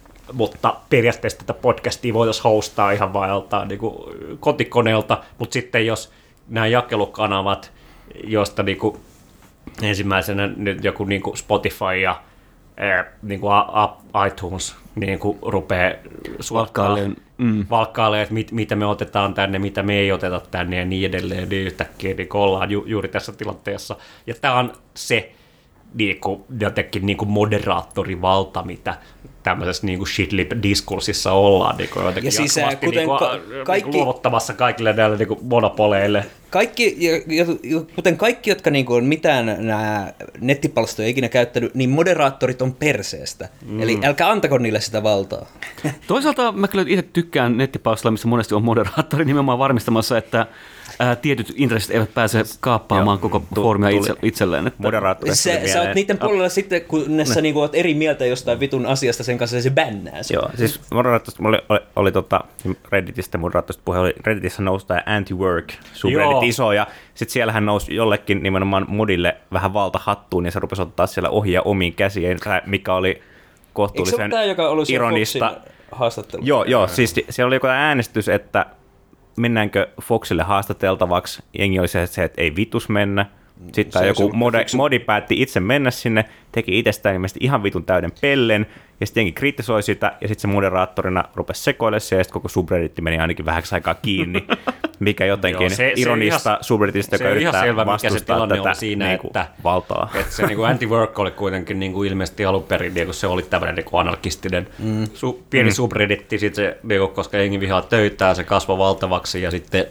mutta periaatteessa tätä podcastia voitaisiin hostaa ihan vaan joltain niin kuin kotikoneelta, mutta sitten jos nämä jakelukanavat, joista niin kuin ensimmäisenä nyt joku niin kuin Spotify ja niin kuin iTunes niin kuin rupeaa Valkkailemaan, mm. valkkailemaan, että mit, mitä me otetaan tänne, mitä me ei oteta tänne ja niin edelleen, niin yhtäkkiä niin ollaan ju, juuri tässä tilanteessa. Ja tämä on se niin kuin, jotenkin niin kuin moderaattorivalta, mitä tämmöisessä niin kuin shitlip-diskurssissa ollaan niin kuin jotenkin ja siis, jatkuvasti kuten niin kuin, ka- kaikki, niin kuin luovuttamassa kaikille näille niin kuin monopoleille. Kaikki, ja, ja, kuten kaikki, jotka niin kuin on mitään nämä nettipalstoja ikinä käyttänyt, niin moderaattorit on perseestä. Mm. Eli älkää antako niille sitä valtaa. Toisaalta mä kyllä itse tykkään nettipalstoilla, missä monesti on moderaattori nimenomaan varmistamassa, että ää, tietyt intressit eivät pääse kaappaamaan Joo, koko foorumia itse, itselleen. Että moderaattorista sä, sä oot niiden puolella oh. sitten, kun sä niinku oot eri mieltä jostain vitun asiasta sen kanssa, ja se bännää sen. Joo, siis moderaattorista oli, oli, oli tota, Redditistä moderaattorista puhe, oli Redditissä nousi tämä anti-work subreddit iso, ja sitten siellähän nousi jollekin nimenomaan modille vähän valta hattuun, ja se rupesi ottaa siellä ohjaa omiin käsiin, mikä oli kohtuullisen ironista. Eikö se ole tämä, joka oli siellä Foxin haastattelu? Joo, joo, siis siellä oli joku äänestys, että mennäänkö Foxille haastateltavaksi, jengi oli se, että ei vitus mennä. Sitten joku modi, modi päätti itse mennä sinne, teki itsestään ilmeisesti ihan vitun täyden pellen, ja sitten jengi kritisoi sitä, ja sitten se moderaattorina rupesi sekoilemaan se, ja sitten koko subredditti meni ainakin vähäksi aikaa kiinni, mikä jotenkin Joo, se, ironista se subredditistä, joka yrittää selvä, vastustaa tätä siinä, niinku että, valtaa. Että se niinku anti-work oli kuitenkin niinku ilmeisesti alun perin, niinku se oli tämmöinen niinku anarkistinen mm. su, pieni mm. subredditti, sit se, niinku, koska jengi vihaa töitä, se kasvoi valtavaksi, ja sitten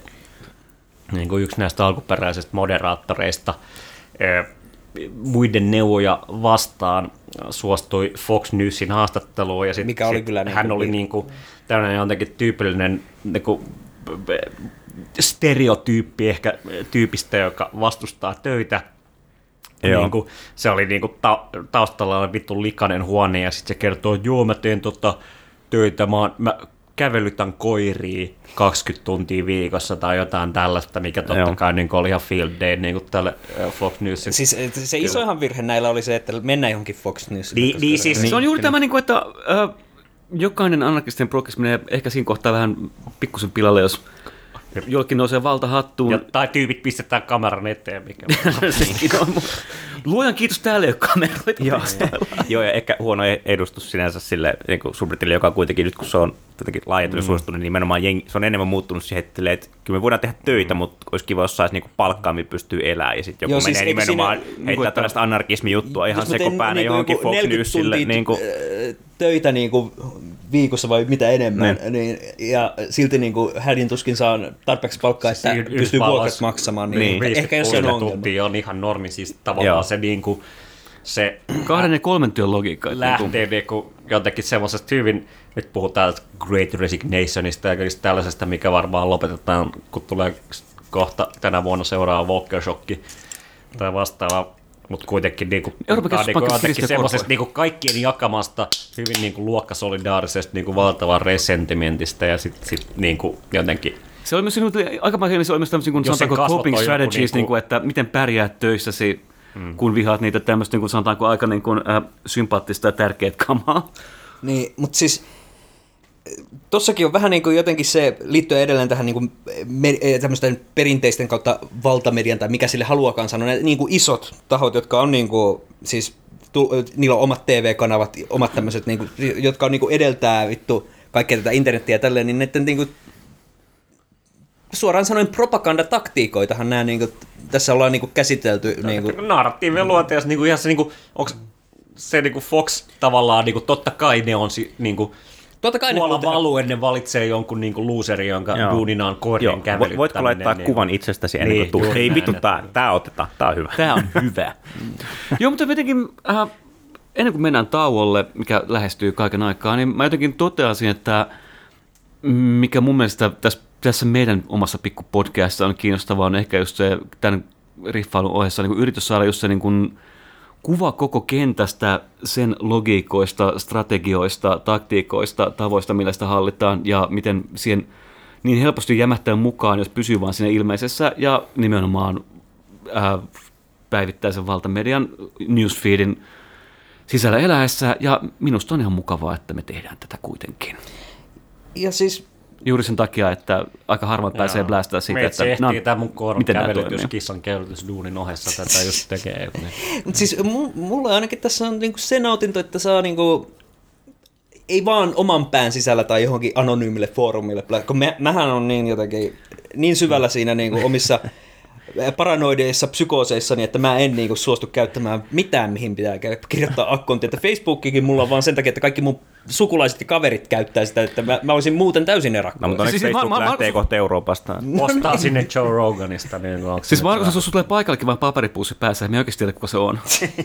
niin kuin yksi näistä alkuperäisistä moderaattoreista muiden neuvoja vastaan suostui Fox Newsin haastatteluun, ja sit, Mikä oli sit kyllä hän niin oli niin kuin, tämmöinen jotenkin tyypillinen niin kuin, stereotyyppi ehkä tyypistä, joka vastustaa töitä. Niin kuin, se oli niin kuin, ta- taustalla vittu likainen huone, ja sitten se kertoo, että joo, mä teen tota töitä, mä, oon, mä kävelytän koiria kaksikymmentä tuntia viikossa tai jotain tällaista, mikä totta Joo. kai niin oli ihan field day niin kuin tälle Fox Newsin. Siis se isoihan virhe näillä oli se, että mennään johonkin Fox Newsin. Niin, niin, siis, se on juuri tämä, niin kuin, että äh, jokainen anarkistinen progress menee ehkä siinä kohtaa vähän pikkusen pilalle, jos jollekin nousee valta hattuun. Ja, tai tyypit pistetään kameran eteen, mikä on. Luojan kiitos, täällä ei ole kameroita. Joo, Joo, ja ehkä huono edustus sinänsä sille niin subredditille, joka kuitenkin nyt kun se on jotenkin laajentunut mm. suostunut, niin nimenomaan jengi, se on enemmän muuttunut siihen, että kyllä me voidaan tehdä töitä, mm. mutta olisi kiva, jos saisi niin palkkaa, millä pystyy elämään, ja sitten joku Joo, menee siis nimenomaan siinä, heittää niin tällaista anarkismijuttua ihan sekopäänä niin johonkin niin Fox Newsille. Niin kuin töitä niin kuin viikossa vai mitä enemmän, niin, ja silti niin kuin hädin tuskin saa tarpeeksi palkkaa, että Siin pystyy vuokrat maksamaan, niin, niin. ehkä jos se on ongelma. On ihan normi, siis tavallaan Joo. se niin kuin se kahden ja kolmen työn logiikka. Lähtee niin kuin jotenkin semmoisesta hyvin, nyt puhutaan Great Resignationista ja tällaisesta, mikä varmaan lopetetaan, kun tulee kohta tänä vuonna seuraava Walker Shocki tai vastaava, mutta kuitenkin niin kuin, niinku, semmoisesta niin kuin kaikkien jakamasta hyvin niin kuin luokkasolidaarisesta niin kuin valtavan resentimentistä ja sitten sit, niin kuin jotenkin se oli myös aika paljon, se oli myös tämmöisiä, kun sanotaanko coping strategies, niin kuin, että miten pärjäät töissäsi, mm. kun vihaat niitä tämmöistä, niin kuin sanotaanko aika niin kuin, äh, sympaattista ja tärkeät kamaa. Niin, mutta siis tossakin on vähän niin kuin jotenkin se, liittyen edelleen tähän niin kuin tämmöisten perinteisten kautta valtamedian, tai mikä sille haluakaan sanoa, ne niin kuin isot tahot, jotka on niin kuin, siis niillä on omat T V-kanavat, omat tämmöiset, niin kuin, jotka on niin kuin edeltää vittu kaikkea tätä internettiä ja tälleen, niin näiden niin kuin suoraan sanoen propagandataktiikoitahan nämä, niin kuin, tässä ollaan niin kuin käsitelty. Niin kuin narratiivien luonteessa, niin kuin ihan se, niin kuin, onko se niin kuin Fox tavallaan, niin kuin, totta kai ne on niin kuin, totta kai tuolla ne valuen valitsee jonkun niin kuin looseri, jonka Joo. duunina on koirien kävelyttäminen. Voitko laittaa niin kuvan itsestäsi ennen kuin niin, tuu? Hei vittu, tää, tää otetaan, tää on hyvä. Tää on hyvä. Joo, mutta jotenkin äh, ennen kuin mennään tauolle, mikä lähestyy kaiken aikaa, niin mä jotenkin toteaisin, että mikä mun mielestä tässä Tässä meidän omassa pikkupodcastissa on kiinnostavaa, on ehkä just se tämän riffailun ohessa niin yritys saada just se niin kuin kuva koko kentästä, sen logiikoista, strategioista, taktiikoista, tavoista, millä sitä hallitaan ja miten siihen niin helposti jämähtää mukaan, jos pysyy vaan siinä ilmeisessä ja nimenomaan ää, päivittäisen valtamedian newsfeedin sisällä eläessä. Ja minusta on ihan mukavaa, että me tehdään tätä kuitenkin. Ja siis juuri sen takia, että aika harvoin pääsee blästää siitä, että se ehtii tämä mun koron kävelytys, toimii. kissan kävelytysduunin ohessa tätä just tekee. Mutta siis mulla ainakin tässä on niinku se nautinto, että saa niinku, ei vaan oman pään sisällä tai johonkin anonyymille foorumille, kun mä, mähän on niin jotenkin niin syvällä siinä niinku omissa paranoideissa psykooseissani, että mä en niinku suostu käyttämään mitään, mihin pitää kirjoittaa akkontia. Että Facebookikin mulla on vaan sen takia, että kaikki mun sukulaiset ja kaverit käyttää sitä, että mä, mä olisin muuten täysin erakkoa. No, mutta onneksi siis Facebook mä, lähtee mä, kohta Euroopasta. Postaa sinne Joe Roganista. Niin siis Markus, jos tulee paikallekin vaan paperipussi päässä, niin me oikeasti tiedä, kuka se on.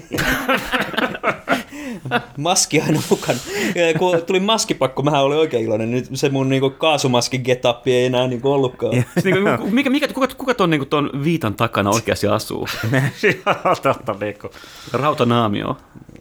Maski aina mukana. Kun tuli maskipakko, mähän olin oikein iloinen. Nyt se mun niinku kaasumaskin getappi ei enää niinku ollutkaan. mikä, mikä, kuka kuka ton, niinku, ton viitan takana oikeasti asuu? Totta niinku. Rautanaamio.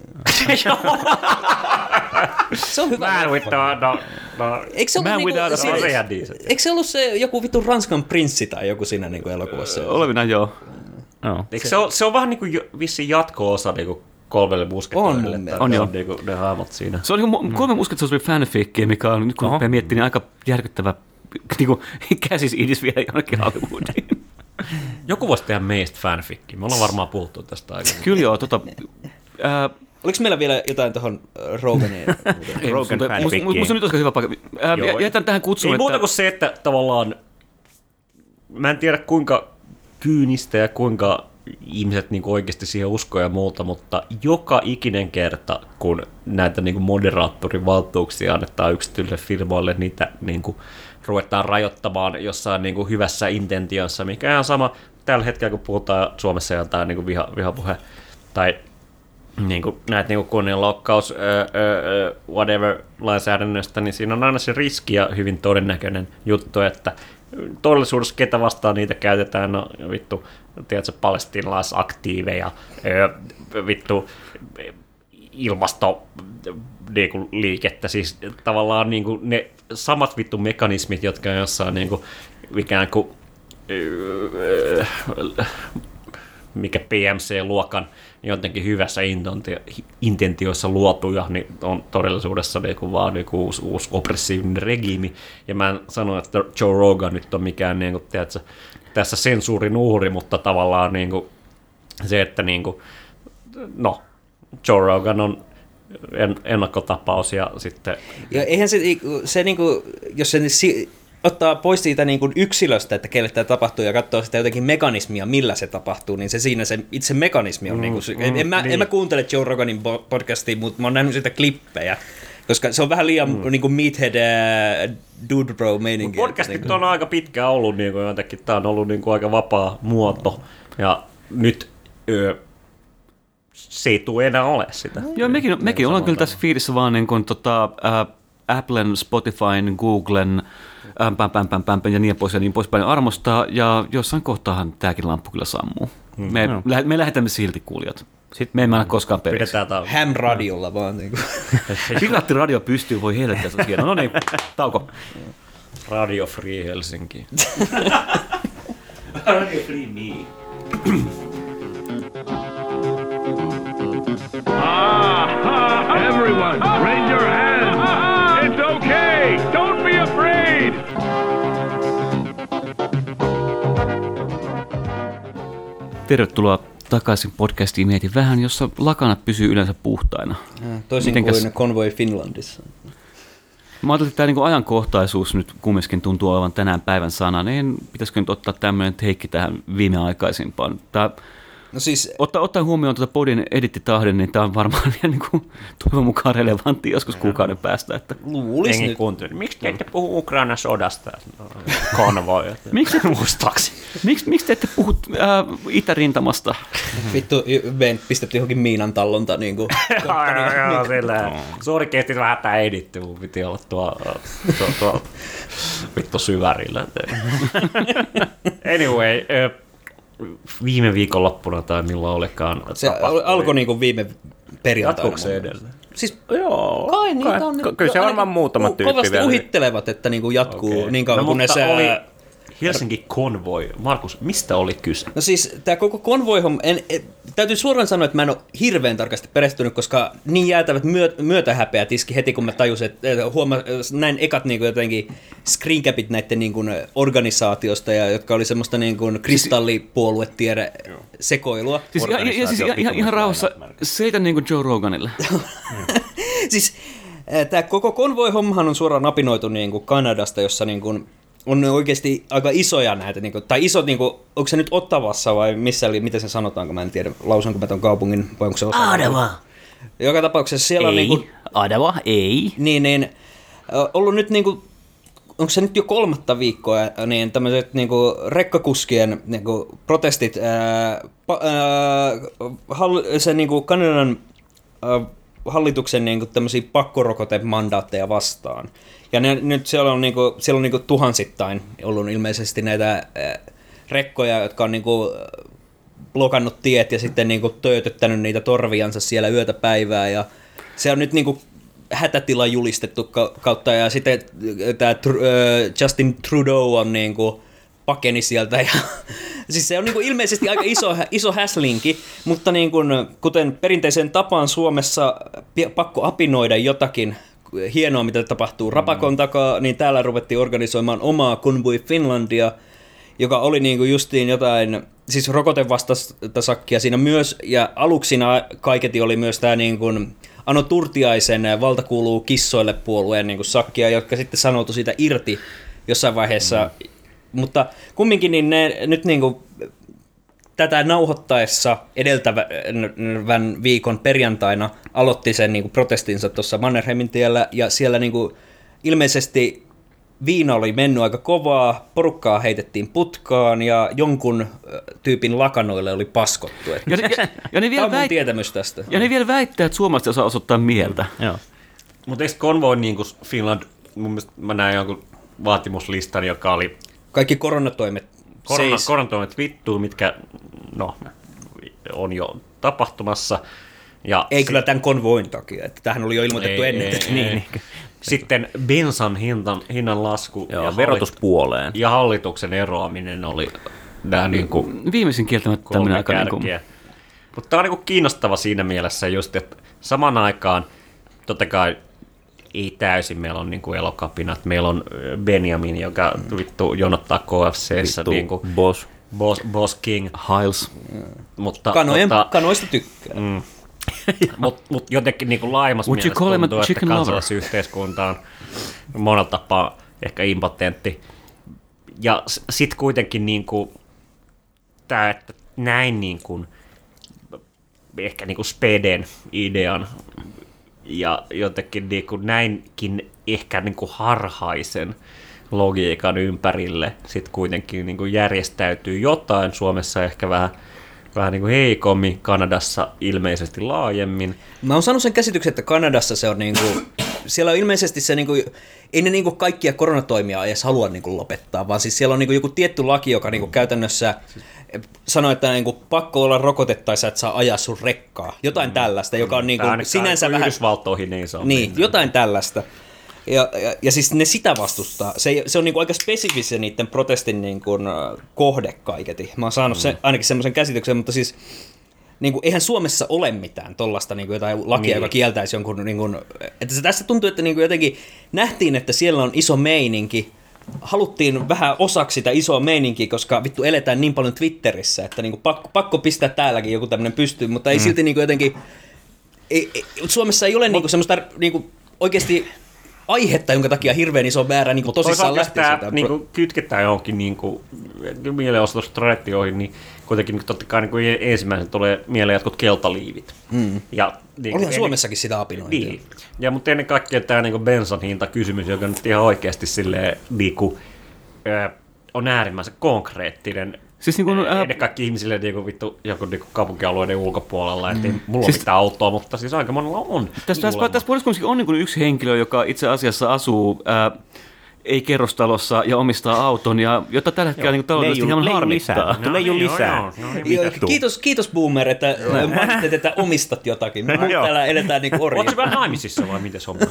Se on hyvä. Man with the, no, no. Eikö se, Man niinku, se, eikö se ollut se joku vittu Ranskan prinssi tai joku siinä niinku elokuvassa? Olevina joo. No. Se, se, on, se on vähän niinku vissiin jatko-osa niinku kolmelle musketoille. On, on on niinku ne hahmot siinä. Se on niinku kolme musketoille fanfickia, mikä on nyt kun Oho. miettii, niin aika järkyttävä niinku, käsis idis vielä jonnekin Hollywoodiin. Joku voisi tehdä meistä fanfickia. Me ollaan varmaan puhuttu tästä aikaa. Kyllä joo. Tota, ää, oliko meillä vielä jotain tuohon Roganiin? Rogan fanfickiin. Musta nyt olisi hyvä paikka. Ää, jätän tähän kutsuun. Ei että muuta kuin se, että tavallaan mä en tiedä kuinka kyynistä ja kuinka ihmiset niin oikeasti siihen uskoo ja muuta, mutta joka ikinen kerta, kun näitä niin moderaattorin valtuuksia annetaan yksityisille firmoille, niitä niin kuin ruvetaan rajoittamaan jossain niin kuin hyvässä intentiossa, mikä on sama tällä hetkellä, kun puhutaan Suomessa jotain niin kuin viha, vihapuhe tai niin kuin, näitä niin kunnianloukkaus, öö, öö, whatever lainsäädännöstä, niin siinä on aina se riski ja hyvin todennäköinen juttu, että todellisuudessa ketä vastaan niitä käytetään, no vittu, tiedätkö, palestiinalaisaktiiveja, öö, vittu, ilmastoliikettä, siis tavallaan niin kuin ne samat vittu mekanismit, jotka on jossain niin kuin, ikään kuin, öö, mikä P M C-luokan jotenkin hyvässä intentioissa luotuja, niin on todellisuudessa niin vaan niin uusi, uusi oppressiivinen regiimi. Ja mä en sano, että Joe Rogan nyt on mikään niin kuin, tiedätkö, tässä sensuurin uhri, mutta tavallaan niin kuin, se, että niin kuin, no, Joe Rogan on ennakkotapaus ja sitten... Ja eihän se, se niin kuin, jos se ottaa pois siitä niin kuin yksilöstä, että kelle tämä tapahtuu ja katsoo sitä jotenkin mekanismia, millä se tapahtuu, niin se siinä se itse mekanismi on. Mm, niin kuin, mm, en, mä, niin. en mä kuuntele Joe Roganin podcastia, mutta mä oon nähnyt sitä klippejä, koska se on vähän liian mm. niin kuin meathead uh, dude bro meininki. Podcastit niin on aika pitkään ollut, niin kuin jotenkin, tämä on ollut niin kuin aika vapaa muoto ja nyt... Öö, se ei tule enää ole sitä. Joo, mekin, mekin ollaan kyllä tässä fiilissä vaan niin kuin, tota, ä, Applen, Spotifyn, Googlen, ämpän, pämpän, pämpän ja niin pois ja niin poispäin armostaa, ja jossain kohtaahan tämäkin lamppu kyllä sammuu. Hmm. Me, no. lä- me lähetämme silti kuulijat. Sitten me emme aina koskaan periksi. Ham-radiolla vaan. Niin Piraattiradio pystyy, voi helvettää, se on hieno. No niin, tauko. Radio Free Helsinki. Radio Free Me. Ah, everyone, raise your hands. It's okay. Don't be afraid. Tervetuloa takaisin podcastiin Mieti vähän, jossa lakanat pysyy yleensä puhtaina. Ja, toisin Mitenkäs... kuin Convoy Finlandissa. Mä ajattelin, että tämä niin ajankohtaisuus nyt kumminkin tuntuu olevan tänään päivän sana, niin pitäisikö nyt ottaa tämmöinen teikki tähän viimeaikaisimpaan. Tämä No siis, Otta, ottaen huomioon tuota podin edittitahden, niin tämä on varmaan vielä niin kuin, toivon mukaan relevantti joskus kuukauden päästä. Että luulis nyt. Miksi te ette puhu Ukrainan sodasta? Konvoi. Miksi Miks, miksi te ette puhu äh, itärintamasta? Vittu, Ben pistettiin johonkin miinan tallonta. Niin kuin, joo, silleen. Suuri kesti vähän tämä editty, mun piti olla tuo, tuo, tuo vittu syvärillä. Anyway, viime viikonloppuna tai milloin olikaan. Se alkoi niin kuin viime perjantaina. Jatkuuko se edelleen? Siis Joo, kai niitä kai, on. Kyllä se on varmaan muutama tyyppi kovasti vielä. uhittelevat, että niin kuin jatkuu Okay. niin kauan, no, kunnes mutta se... oli Helsinki Konvoi. Markus, mistä oli kyse? No siis tämä koko konvoihomma, en, en, täytyy suoraan sanoa, että mä en ole hirveän tarkasti perehtynyt, koska niin jäätävät myö, myötähäpeät iski heti, kun mä tajusin, että huoma, näin ekat niin kuin jotenkin screencapit näiden niin kuin organisaatiosta, ja, jotka oli semmoista niin kuin kristallipuoluetiede sekoilua. Siis, ja, ja, siis ihan, ihan, ihan rauhassa, selitä niin kuin Joe Roganille. Siis tämä koko konvoihommahan on suoraan napinoitu niin kuin Kanadasta, jossa niin kuin on oikeasti aika isoja näitä, niin kuin, tai isot, niin kuin, onko se nyt Ottavassa vai missä, eli miten se sanotaanko, mä en tiedä, lausunko mä ton kaupungin, vai onko se osa? Ottawa. Joka tapauksessa siellä on Ei, niin kuin, Ottawa, ei. niin, niin, ollut nyt niin kuin, onko se nyt jo kolmatta viikkoa, niin tämmöiset niin kuin rekkakuskien niin kuin protestit, ää, pa, ää, hall, se niin kuin Kanadan ää, hallituksen niin kuin tämmöisiä pakkorokotemandaatteja vastaan. Ja ne, nyt siellä on, niinku, siellä on niinku tuhansittain ollut ilmeisesti näitä äh, rekkoja, jotka on niinku blokannut tiet ja sitten niinku töötöttänyt niitä torviansa siellä yötä päivää. Ja se on nyt niinku hätätila julistettu kautta. Ja sitten tämä äh, Justin Trudeau on niinku pakeni sieltä. Ja, siis se on niinku ilmeisesti aika iso, iso häslinki, mutta niinku, kuten perinteisen tapaan Suomessa pakko apinoida jotakin hienoa, mitä tapahtuu Rapakon takaa, niin täällä ruvettiin organisoimaan omaa Convoy Finlandia, joka oli niinku justiin jotain, siis rokotevastaista sakkia siinä myös, ja aluksina kaiketi oli myös tämä niinku Ano Turtiaisen Valta kuuluu kissoille -puolueen niinku sakkia, jotka sitten sanoutui siitä irti jossain vaiheessa, mm. mutta kumminkin niin ne nyt niinku tätä nauhoittaessa edeltävän viikon perjantaina aloitti sen niin kuin protestinsa tuossa Mannerheimin tiellä, ja siellä niin kuin ilmeisesti viina oli mennyt aika kovaa, porukkaa heitettiin putkaan, ja jonkun tyypin lakanoille oli paskottu. Ja, ja, ja ne vielä Tämä on mun väit- tietämys tästä. Ja ne vielä väittää, että suomalaiset osaa osoittaa mieltä. Joo. Mutta eikö Convoy niin kuin Finland, mun mielestä mä näin jonkun vaatimuslistan, joka oli Kaikki koronatoimet korona, seis. koronatoimet vittuun, mitkä no, on jo tapahtumassa. Ja Ei sit, kyllä tämän konvoin takia, että tämähän oli jo ilmoitettu ei, ennen. ei, ei, Niin, ei. niin. Sitten bensan hintan, hinnan lasku Joo, ja, verotuspuoleen. ja hallituksen eroaminen oli nämä niin kuin Viimeisin kieltämättä tämmöinen kolme aika niin kuin, kärkeä. Mutta tämä on niin kuin kiinnostava siinä mielessä just, että saman aikaan totta kai ei täysin, meillä on niin kuin elokapinat, meillä on Benjamin, joka vittu jonottaa K F C:ssä Vittu, niin kuin boss. boss, boss King. Hiles. Mutta, Kanojen, mutta, kanoista tykkää. mm, mut, mut jotenkin niin kuin laajemmassa Would you mielessä call him a tuntuu, että chicken lover? kansalaisyhteiskunta on monella tapaa ehkä impotentti. Ja sitten kuitenkin niin kuin, tämä, että näin niin kuin, ehkä niin kuin speden idean ja jotenkin niin kuin näinkin ehkä niin kuin harhaisen logiikan ympärille sitten kuitenkin niin kuin järjestäytyy jotain, Suomessa ehkä vähän, vähän niin kuin heikommin, Kanadassa ilmeisesti laajemmin. Mä oon saanut sen käsityksen, että Kanadassa se on niinku, siellä on ilmeisesti se niinku, ei ne niinku kaikkia koronatoimia edes halua niinku lopettaa, vaan siis siellä on niinku joku tietty laki, joka niinku käytännössä sanoo, että niinku pakko olla rokotettaessa, että saa ajaa sun rekkaa. Jotain mm. tällaista, joka on niinku sinänsä vähän... Yhdysvaltoihin niin se on. Niin, jotain tällaista. Ja, ja, ja siis ne sitä vastustaa. Se, se on niinku aika spesifi se niiden protestin niinku kohde kaiketi. Mä oon saanut mm. se, ainakin semmoisen käsityksen, mutta siis niinku, eihän Suomessa ole mitään tollaista niinku jotain lakia, niin. joka kieltäisi jonkun... Niinku, että se tässä tuntuu, että niinku jotenkin nähtiin, että siellä on iso meininki. Haluttiin vähän osaksi sitä isoa meininkiä, koska vittu eletään niin paljon Twitterissä, että niinku pakko, pakko pistää täälläkin joku tämmöinen pystyyn, mutta ei mm. silti niinku jotenkin... Ei, ei, Suomessa ei ole niinku semmoista niinku oikeasti... aihetta, jonka takia hirveän iso määrä niin tosissaan lähtee sitä. Niin kytketään johonkin niin mielenosoitustraditioihin, niin kuitenkin niin, totta kai niin ensimmäisenä tulee mieleen jotkut keltaliivit. Mm. Ja, niin, Olihan Suomessakin sitä apinointia. Niin. Ja, mutta ennen kaikkea tämä niin bensan hintakysymys, joka nyt ihan oikeasti silleen, niin kuin, äh, on äärimmäisen konkreettinen. Siis niin kuin, äh, ennen kaikki ihmisille niin vittu, joku niin kaupunkialueiden ulkopuolella, ettei mm. mulla siis, ole mitään autoa, mutta siis aika monella on. Tässä, tässä, tässä puolessa on niin kuin yksi henkilö, joka itse asiassa asuu ää, ei kerrostalossa ja omistaa auton, ja jota tällä hetkellä niin taloudellisesti hieman harmittaa. Tulee jo lisää. Kiitos, kiitos Boomer, että mainitsit, että omistat jotakin. Me täällä eletään niin kuin orjia. Oletko vähän naimisissa vai miten se on?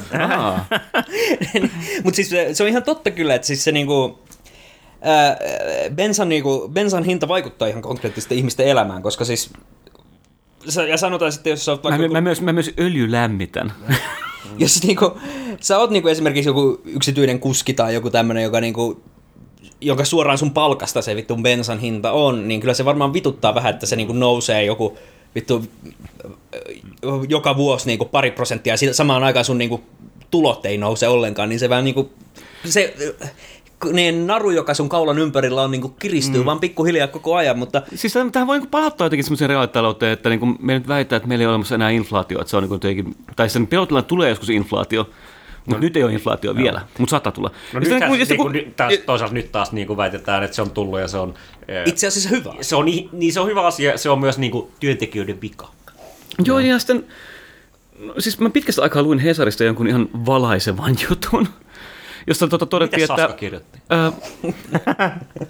Mutta siis se on ihan totta kyllä, että siis se niinku, ää, bensan, niinku, bensan hinta vaikuttaa ihan konkreettisesti ihmisten elämään, koska siis, ja sanotaan sitten, jos sä oot vaikka... Mä, mä, myös, mä myös öljylämmitän. Jos niinku, sä oot niinku esimerkiksi joku yksityinen kuski tai joku tämmönen, joka niinku, jonka suoraan sun palkasta se vittu bensan hinta on, niin kyllä se varmaan vituttaa vähän, että se niinku nousee joku vittu joka vuosi niinku pari prosenttia, ja samaan aikaan sun niinku tulot ei nouse ollenkaan, niin se vähän niinku, se niin naru, joka sun kaulan ympärillä on, niinku kiristyy mm. vaan pikkuhiljaa koko ajan, mutta... Siis tähän voi niinku palauttaa jotenkin semmoiseen reaalitalouteen, että niinku me nyt väittää, että meillä ei ole olemassa enää inflaatio, että se on niinku jotenkin, tai sen pelotellaan tulee joskus inflaatio, mutta no, nyt ei ole inflaatio no. vielä, mutta saattaa tulla. No nyt niinku, niinku, kun, taas, toisaalta nyt taas niinku väitetään, että se on tullut ja se on... Itse asiassa hyvä. Se on, niin se on hyvä asia, se on myös niinku työntekijöiden vika. Joo, ja sitten... No, siis mä pitkästä aikaa luin Hesarista jonkun ihan valaisevan jutun, josta tuota todettiin, Mitä että... Saska kirjoitti? Äh,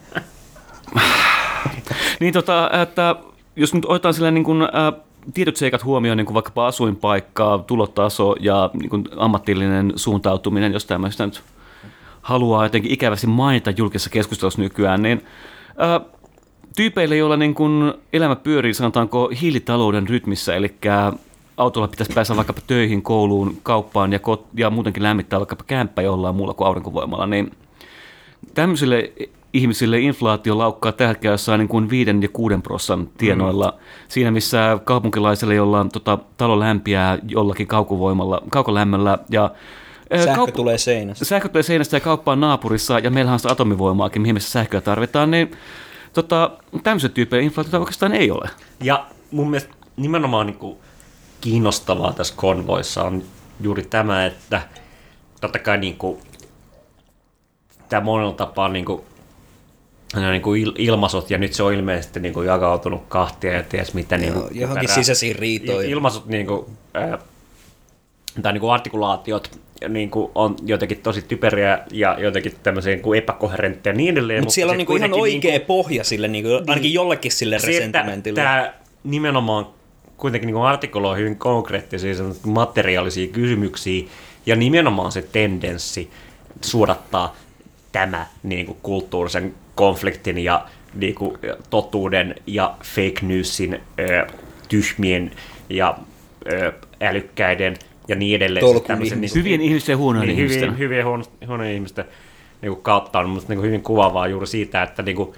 niin tota, että jos nyt otetaan sellainen niin kuin, äh, tietyt seikat huomioon, niin kuin vaikkapa asuinpaikka, tulotaso ja niin kuin ammatillinen suuntautuminen, jos tämmöistä nyt haluaa jotenkin ikävästi mainita julkisessa keskustelussa nykyään, niin äh, tyypeille, joilla niin kuin elämä pyörii, sanotaanko hiilitalouden rytmissä, eli autolla pitäisi päästä vaikkapa töihin, kouluun, kauppaan ja, kot- ja muutenkin lämmittää vaikkapa kämppä jollain muulla kuin aurinkovoimalla, niin tämmöisille ihmisille inflaatio laukkaa tällä hetkellä jossain niin kuin viiden ja kuuden prosentin tienoilla. Mm. Siinä, missä kaupunkilaisille, jolla on tota, talo lämpiää jollakin kaukovoimalla, kaukolämmöllä ja sähkö kaup- tulee seinästä. Sähkö tulee seinästä ja kauppa on naapurissa ja meillähän on sitä atomivoimaakin, mihin missä sähköä tarvitaan, niin tota, tämmöiset tyyppejä inflaatiota oikeastaan ei ole. Ja mun mielestä nimenomaan niin kuin kiinnostavaa tässä konvoissa on juuri tämä, että totta kai niin kuin, tämä monella tapaa niin kuin, niin kuin ilmaisut, ja nyt se on ilmeisesti niin kuin jakautunut kahtia ja ties mitä. Niin kuin, johonkin perä, sisäisiin riitoihin. Ilmaisut niin kuin, äh, tai niin kuin artikulaatiot niin kuin on jotenkin tosi typeriä ja jotenkin tämmöisiä niin epäkoherentteja ja niin edelleen. Mut mutta siellä on niin kuin ihan oikea niin kuin, pohja sille, niin kuin, ainakin niin, jollekin sille se, resentimentille. Tämä nimenomaan kuitenkin niin kuin artikuloi hyvin konkreettisia materiaalisia kysymyksiä, ja nimenomaan se tendenssi suodattaa tämä niin kuin kulttuurisen konfliktin ja niin kuin totuuden ja fake newsin ö, tyhmien ja ö, älykkäiden ja niin edelleen. Siis niin, hyvien ihmisten ja huonojen niin, ihmisten. Hyvien, hyvien huono, huonojen ihmisten niin kuin kautta on minusta niin kuin hyvin kuvaavaa juuri siitä, että niin kuin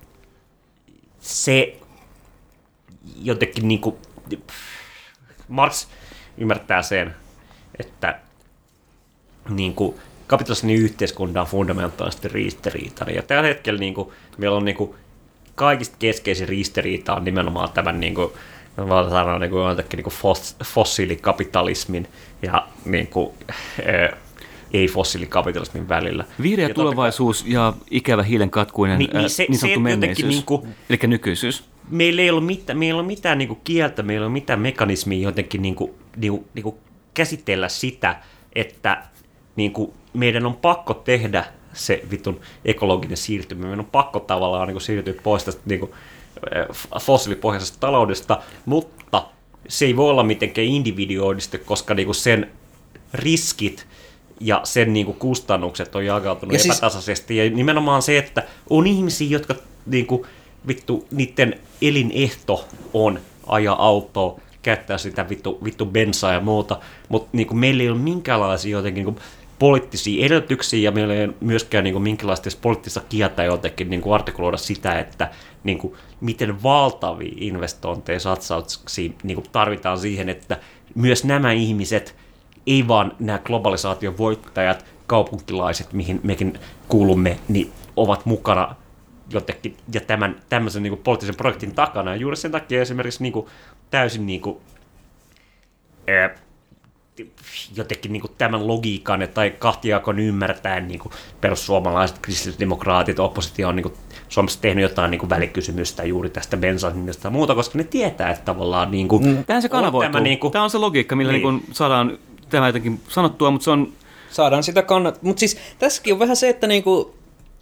se jotenkin niin kuin Marx ymmärtää sen, että niin kuin kapitalistinen yhteiskunta on fundamentaalisesti ristiriitainen. Ja tällä hetkellä niin kuin, meillä on niin kuin, kaikista keskeisin ristiriita on nimenomaan tämän niin kuin, sanoa, niin kuin, niin kuin foss, fossiilikapitalismin ja niin kuin, ää, ei-fossiilikapitalismin välillä. Vihreä ja tulevaisuus totta, ja ikävä hiilenkatkuinen niin, niin, se, niin sanottu menneisyys, niin kuin, eli nykyisyys. Meillä ei ole mitään, meillä ei ole mitään niin kuin kieltä, meillä ei ole mitään mekanismia jotenkin niin kuin, niin kuin, niin kuin käsitellä sitä, että niin kuin, meidän on pakko tehdä se vitun ekologinen siirtymä. Meidän on pakko tavallaan niin kuin, siirtyä pois tästä niin kuin, fossiilipohjaisesta taloudesta, mutta se ei voi olla mitenkään individuaalista, koska niin kuin, sen riskit ja sen niin kuin, kustannukset on jakautunut ja epätasaisesti. Siis... Ja nimenomaan se, että on ihmisiä, jotka niin kuin, vittu, niiden elinehto on ajaa autoa, käyttää sitä vittu, vittu bensaa ja muuta, mutta niin meillä ei ole minkäänlaisia jotenkin niin kuin, poliittisia edellytyksiä ja meillä ei ole myöskään niin kuin, minkälaista poliittista kieltä jotenkin niin kuin, artikuloida sitä, että niin kuin, miten valtavia investointeja satsauksia niin kuin, tarvitaan siihen, että myös nämä ihmiset, ei vaan nämä globalisaation voittajat, kaupunkilaiset, mihin mekin kuulumme, niin ovat mukana jotenkin, ja tämän, tämmöisen niin kuin, poliittisen projektin takana. Ja juuri sen takia esimerkiksi niin kuin, täysin niin kuin, ää, jotenkin niin kuin, tämän logiikan tai kahtiaakon ymmärtäen niin kuin, perussuomalaiset, kristillisdemokraatit, oppositio on niin kuin, Suomessa tehnyt jotain niin kuin, välikysymystä juuri tästä bensan hinnasta ja muuta, koska ne tietää, että tavallaan niin kuin, mm. Tähän se kanavoituu. Tämä, niin kuin, tämä on se logiikka, millä niin. Niin kuin, saadaan tämä jotenkin sanottua, mutta se on Saadaan sitä kannat. Mutta siis tässäkin on vähän se, että niinku,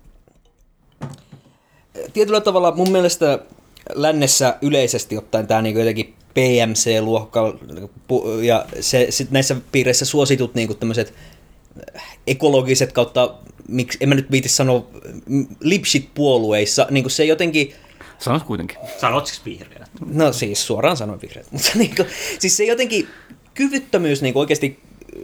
tietyllä tavalla mun mielestä lännessä yleisesti ottaen tämä niinku jotenkin P M C-luokka ja se, sit näissä piireissä suositut niinku tämmöiset ekologiset kautta, miksi, en mä nyt viiti sanoa, lipshit-puolueissa, niinku se jotenkin... Sanois kuitenkin. Sanotsiko vihreät? No siis suoraan sanoin vihreät, mutta niinku, siis se jotenkin kyvyttömyys niinku oikeasti...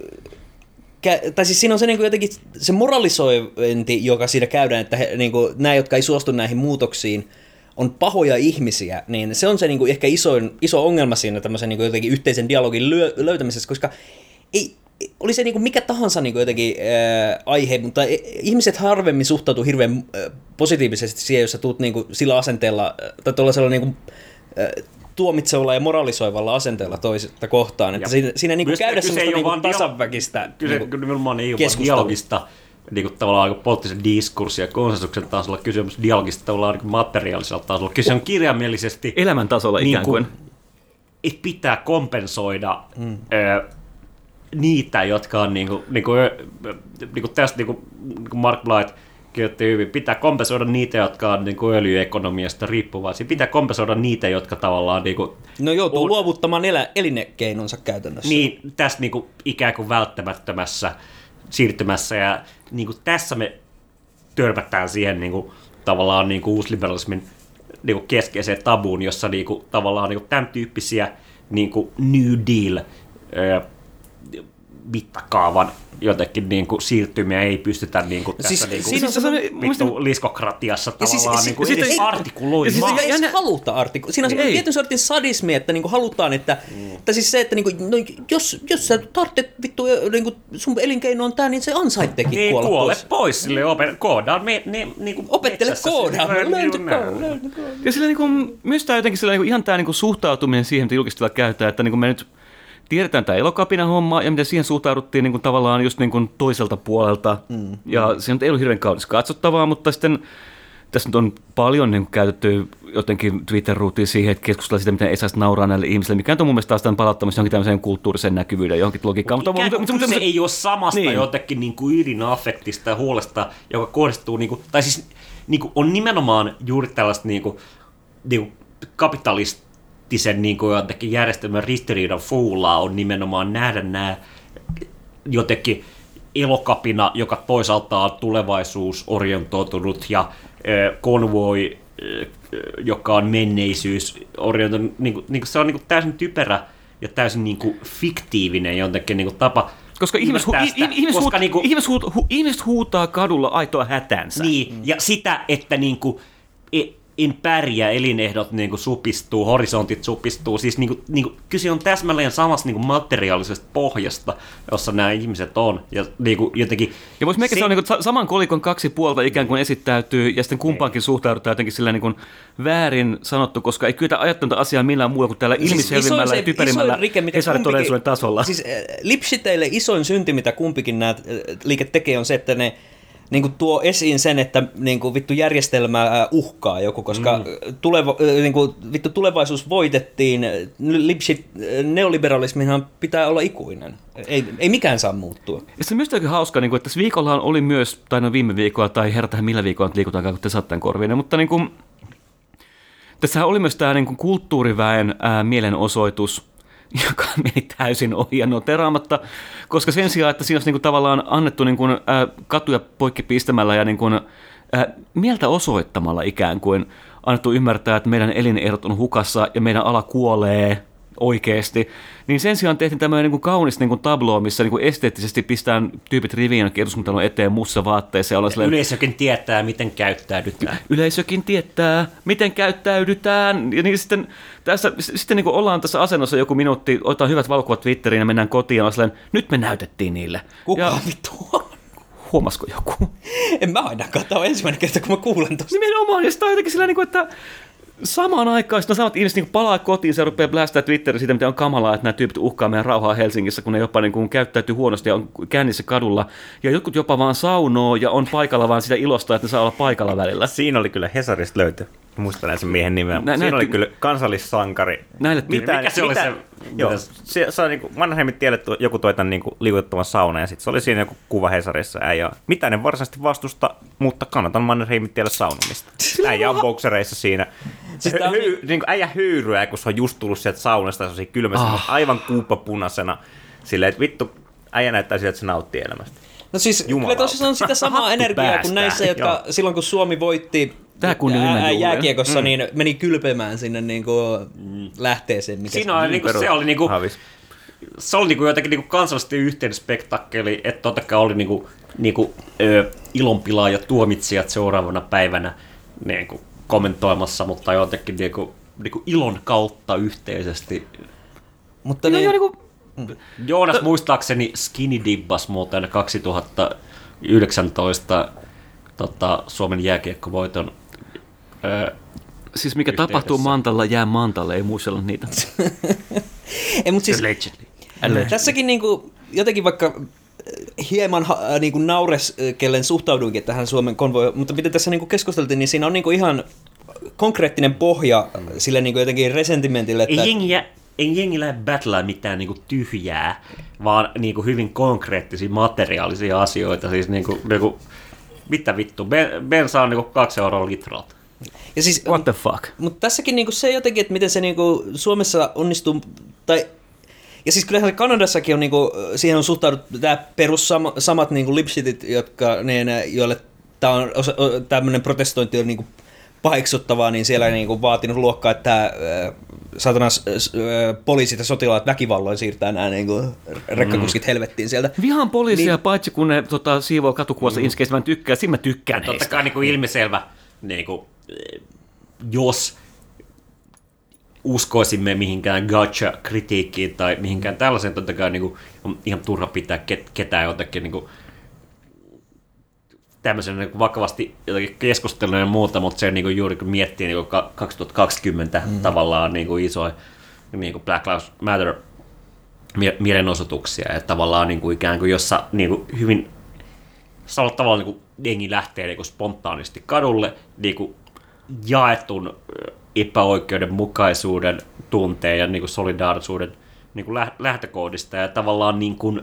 Tai siis siinä on se niin kuin jotenkin se moralisointi, joka siinä käydään, että he, niin kuin, nämä, jotka ei suostu näihin muutoksiin, on pahoja ihmisiä, niin se on se niin kuin ehkä isoin, iso ongelma siinä tämmöisen niin kuin jotenkin yhteisen dialogin lyö, löytämisessä, koska ei, oli se niin kuin mikä tahansa niin kuin jotenkin ää, aihe, mutta ihmiset harvemmin suhtautuu hirveän ää, positiivisesti siihen, jos sä tuut niin kuin sillä asenteella, tai tuollaisella niin kuin, ää, tuomitsevalla ja moralisoivalla asenteella toista kohtaan, että ja siinä, siinä niin kuin käydä semmoista niin kuin tasaväkistä kyse, niin kuin nimenomaan ei ole dialogista, niin kuin tavallaan niin poliittisen diskurssin ja konsensuksen tasolla, kysymys dialogista tavallaan niin materiaalisella tasolla. Kyse on kirjaimellisesti elämän tasolla niin ikään kuin. Että pitää kompensoida mm. ö, niitä, jotka on niin kuin, niin kuin, niin kuin tästä niin kuin, niin kuin Mark Blight kirjoitti hyvin, pitää kompensoida niitä, jotka on niin kuin öljyekonomiasta riippuvaisia. Pitää kompensoida niitä, jotka tavallaan... Niin kuin, no joutuu on, luovuttamaan elä, elinkeinonsa käytännössä. Niin, tässä niin kuin, ikään kuin välttämättömässä siirtymässä. Ja niin kuin, tässä me törmätään siihen niin kuin, tavallaan niin kuin, uusliberalismin niin kuin, keskeiseen tabuun, jossa niin kuin, tavallaan niin kuin, tämän tyyppisiä niin kuin, New Deal ö, mittakaavan jotenkin niin kuin siirtymiä ei pystytä niin kuin tässä siis, niin kuin, siinä on se vittu liskokratiassa tavallaan siis, niin kuin siis, edes ei, artikuloimaan. Siis ei edes haluta artikuloida. Siinä on semmoinen tietyn sortin sadismi, että niinku halutaan, että, mm. että siis se, että niinku, no, jos, jos sä tarvitset vittu, niinku, sun elinkeino on tää, niin se ansaittekin niin, kuolla kuole pois. pois sille ope- koodaan. Me, ne, niinku Opettele koodaan. Ja sillä niinku, myös tää jotenkin sillä, niinku, ihan tää niinku, suhtautuminen siihen, mitä julkisesti käytetään, että niinku, me nyt tiedetään tämä elokapina homma ja miten siihen suhtauduttiin niin kuin tavallaan just niin kuin toiselta puolelta. Mm. Ja se ei ollut hirveän kaunis katsottavaa, mutta sitten tässä nyt on paljon niin kuin käytetty jotenkin Twitter-ruutiin siihen, että keskustellaan siitä, miten ei saisi nauraa näille ihmisille, mikä on mun mielestä taas tämän palauttamista johonkin tämmöiseen kulttuuriseen näkyvyyden, johonkin logiikkaan. Mutta, mutta, mutta, mutta se ei ole samasta niin. jotenkin niin kuin ydinaffektista ja huolesta, joka kohdistuu, niin kuin, tai siis niin kuin on nimenomaan juuri tällaista niin kuin, niin kuin kapitalista, sen niin kuin jotenkin järjestelmän ristiriidan fuulaa on nimenomaan nähdä nämä jotenkin elokapina, joka toisaalta on tulevaisuusorientoitunut ja äh, konvoi, äh, joka on menneisyys orientoitunut. Niin kuin, niin kuin se on niin kuin täysin typerä ja täysin niin kuin fiktiivinen jotenkin niin kuin tapa. Koska ihmiset hu- ihmis koska huut- niinku, ihmis huut- hu- ihmis huutaa kadulla aitoa hätänsä. Niin, mm. ja sitä, että niinku, e- en pärjää, elinehdot niin kuin supistuu, horisontit supistuu. Siis niin kuin, niin kuin, kyse on täsmälleen samasta niin kuin materiaalisesta pohjasta, jossa nämä ihmiset on. Ja, niin kuin, jotenkin, ja voisi meikä se on niin kuin, saman kolikon kaksi puolta ikään kuin esittäytyy, ja sitten kumpaankin suhtaudutaan jotenkin sillä niin kuin väärin sanottu, koska ei kyetä ajattelemaan asiaa millään muulla kuin tällä siis ilmiselvimmällä ja typerimmällä hesaritodellisuuden tasolla. Siis äh, lipshiteille isoin synti, mitä kumpikin nämä äh, liike tekee, on se, että ne niin kuin tuo esiin sen, että niin kuin vittu järjestelmää uhkaa joku, koska mm. tuleva, niin kuin vittu tulevaisuus voitettiin, lipshit, neoliberalismihan pitää olla ikuinen. Ei, ei mikään saa muuttua. Ja se on myös aika hauska, niin kuin, että tässä viikollahan oli myös, tai no viime viikolla, tai herätähän millä viikolla nyt liikutaan, kun te saatte tämän korviin, mutta niin kuin, tässähän oli myös tämä niin kuin kulttuuriväen ää, mielenosoitus, joka meni täysin ohi ja noteraamatta, koska sen sijaan, että siinä olisi niin kuin tavallaan annettu niin kuin, ä, katuja poikki pistämällä ja niin kuin, ä, mieltä osoittamalla ikään kuin annettu ymmärtää, että meidän elinehdot on hukassa ja meidän ala kuolee oikeasti, niin sen sijaan tehtiin tämmöinen niin kuin kaunis niin kuin tabloo, missä niin kuin esteettisesti pistään tyypit riviin eduskuntalon eteen mussa vaatteessa. Ja sellainen, yleisökin tietää, miten käyttäydytään. Yleisökin tietää, miten käyttäydytään. Ja niin sitten, tässä, sitten niin kuin ollaan tässä asennossa joku minuutti, otetaan hyvät valokuvat Twitteriin ja mennään kotiin ja sellainen, nyt me näytettiin niille. Kuka vittu? Huomasiko joku? En mä ainakaan. Tämä on ensimmäinen kerta, kun mä kuulen tuosta. Nimenomaan, ja sitä on jotenkin sillä niin kuin, että samaan aikaan sitten samat ihmiset niin palaa kotiin, se rupeaa blästää Twitteriin siitä, mitä on kamalaa, että nämä tyypit uhkaa meidän rauhaa Helsingissä, kun ne jopa niin kuin käyttäytyy huonosti ja on kännissä kadulla. Ja jotkut jopa vaan saunoo ja on paikalla vaan sitä ilosta, että ne saa olla paikalla välillä. Siinä oli kyllä Hesarista löyty. Muistan sen miehen nimeä. Nä, Siinä näytti, oli kyllä kansallissankari. Näille mitä, mikä se oli mitä, se Joo, se, se on niinku, Mannerheimin tielle joku toi tämän niinku liikutettavan saunan ja sitten se oli siinä joku kuva Hesarissa äijä. Mitään en varsinaisesti vastusta, mutta kannatan Mannerheimin tielle saunomista. Äijä on boksereissa siinä. Siis hy, hy, niinku äijä hyyryää, kun se on just tullut sieltä saunasta, se on siinä kylmässä, oh. aivan kuuppapunaisena. Silleen, että vittu, äijä näyttää siltä, että se nauttii elämästä. No siis kyllä tuossa on sitä samaa energiaa kuin näissä, jotka joo. silloin kun Suomi voitti ää, jääkiekossa, mm. niin meni kylpemään sinne niinku mm. lähteeseen. Mikä Siinä oli, niinku, se oli, niinku, se oli niinku jotenkin niinku kansallisesti yhteinen spektakkeli, että totta kai oli niinku, niinku, ö, ilonpilaa ja tuomitsijat seuraavana päivänä niinku, kommentoimassa, mutta jotenkin niinku, niinku ilon kautta yhteisesti. Mutta niin, niinku, Joonas muistaakseni skinny dibbas muuten kaksituhattayhdeksäntoista tota, Suomen jääkiekkovoiton. Öö, siis mikä yhteydessä. Tapahtuu Mantalla, jää Mantalle, ei muistella niitä. ei, mut siis, Allegedly. Allegedly. Tässäkin niinku, jotenkin vaikka hieman äh, niinku naureskellen suhtauduinkin tähän Suomen konvoihin, mutta miten tässä niinku keskusteltiin, niin siinä on niinku ihan konkreettinen pohja sille niinku jotenkin resentimentille. Että... Ei jengiä Ei jengi lähde battlea mitään niinku tyhjää, vaan niinku hyvin konkreettisia materiaalisia asioita. Siis niinku, niinku, mitä vittu, bensa on niinku kaksi euroa litralta. Ja siis, what the fuck? Mutta tässäkin niinku se jotenkin, että miten se niinku Suomessa onnistuu, tai ja siis kyllähän Kanadassakin on niinku, siihen on suhtauduttu tämä perus sama, samat niinku lipshitit, jotka ne, ne, joille tämä on tämmöinen protestointi on niinku paheksuttavaa, niin siellä niin kuin vaatinut luokkaa, että äh, satanas äh, poliisit ja sotilaat väkivalloin siirtää nämä niin kuin rekkakuskit helvettiin sieltä. Vihaan poliisia, niin, paitsi kun ne tota, siivoo katukuvassa mm. inskeistä, mä en tykkää, siinä mä tykkään ja totta kai niin kuin ilmiselvä, niin kuin, jos uskoisimme mihinkään gotcha-kritiikkiin tai mihinkään tällaiseen, totta kai niin kuin, on ihan turha pitää ket, ketään jotenkin niin kuin, tämmöisen niin vakavasti keskustelua ja muuta, mutta se niin kuin juuri kun miettii niin kuin kaksituhattakaksikymmentä mm. tavallaan niin kuin isoja niin kuin Black Lives Matter mielenosoituksia ja tavallaan niin kuin ikään kuin jossa niin kuin hyvin samalla tavalla niin kuin jengi lähtee niin kuin spontaanisti kadulle niin kuin jaetun epäoikeudenmukaisuuden tunteen ja niin kuin solidaarisuuden niin kuin lähtökohdista ja tavallaan niin kuin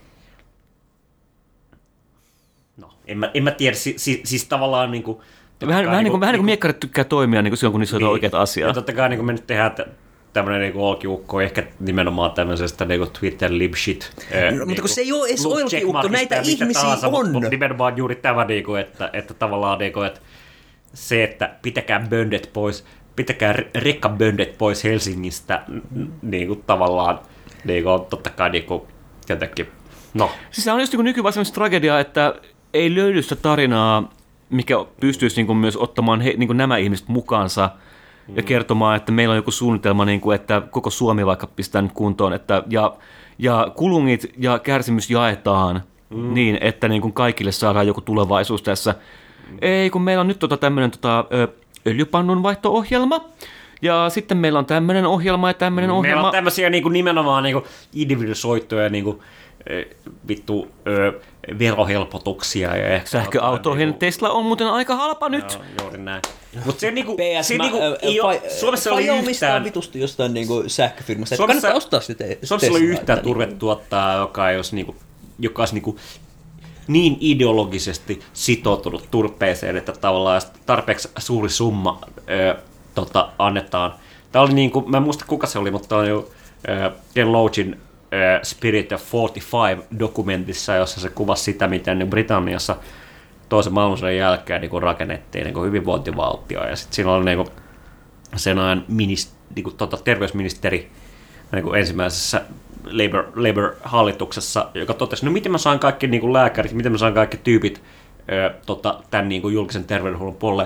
En mä, en mä tiedä, si, si, siis tavallaan niin kuin... Vähän, vähän niin kuin, niin kuin miekkarit tykkää toimia niin kuin silloin, kun niissä on niin, oikeat asiaa. Ja totta kai niin kuin me nyt tehdään tämmöinen niin olkiukko, ehkä nimenomaan tämmöisestä niin kuin Twitter libshit. No, niin mutta kun kuin, se ei ole edes olkiukko, näitä ihmisiä tahansa, on. Mutta nimenomaan juuri tämä, niin kuin, että, että tavallaan niin kuin, että se, että pitäkää böndet pois, pitäkää rekkaböndet pois Helsingistä, niin kuin tavallaan niin kuin, totta kai niin kuin, jotenkin, no. Siis se on just niin kuin nykyään semmoista tragediaa, että ei löydy sitä tarinaa, mikä pystyisi niin kuin myös ottamaan he, niin kuin nämä ihmiset mukaansa mm. ja kertomaan, että meillä on joku suunnitelma, niin kuin, että koko Suomi vaikka pistää nyt kuntoon, että, ja, ja kulungit ja kärsimys jaetaan mm. niin, että niin kuin kaikille saadaan joku tulevaisuus tässä. Mm. Ei, kun meillä on nyt tota tämmöinen tota, öljypannun vaihto-ohjelma, ja sitten meillä on tämmöinen ohjelma ja tämmöinen mm. ohjelma. Meillä on tämmöisiä niin kuin nimenomaan niin kuin individusoittoja, niin kuin vittu ö, verohelpotuksia ja ehkä sähköautoihin niinku... Tesla on muuten aika halpa nyt. Joo, juuri näin. Mutta se niinku P S, se mä, niinku äh, ei ole Suomessa oli yhtään vitusti jostain niinku sähköfirmasta. Suomessa kannattaa ostaa sitä. Suomessa oli yhtään turvetuottaa, joka ei olisi niinku joka olisi niinku niin ideologisesti sitoutunut turpeeseen, että tavallaan tarpeeksi suuri summa ö, tota, annetaan. Tämä oli niinku, mä en muista kuka se oli, mutta oli jo Ken Loachin Spirit of neljäkymmentäviisi-dokumentissa, jossa se kuvasi sitä, miten Britanniassa toisen maailmansodan jälkeen niin rakennettiin niin hyvinvointivaltio. Ja sitten siinä oli niin sen ajan minist, niin tota, terveysministeri niin ensimmäisessä Labour, Labour-hallituksessa, joka totesi, no miten mä saan kaikki niin lääkärit, miten mä saan kaikki tyypit ö, tota, tämän niin julkisen terveydenhuollon puolelle.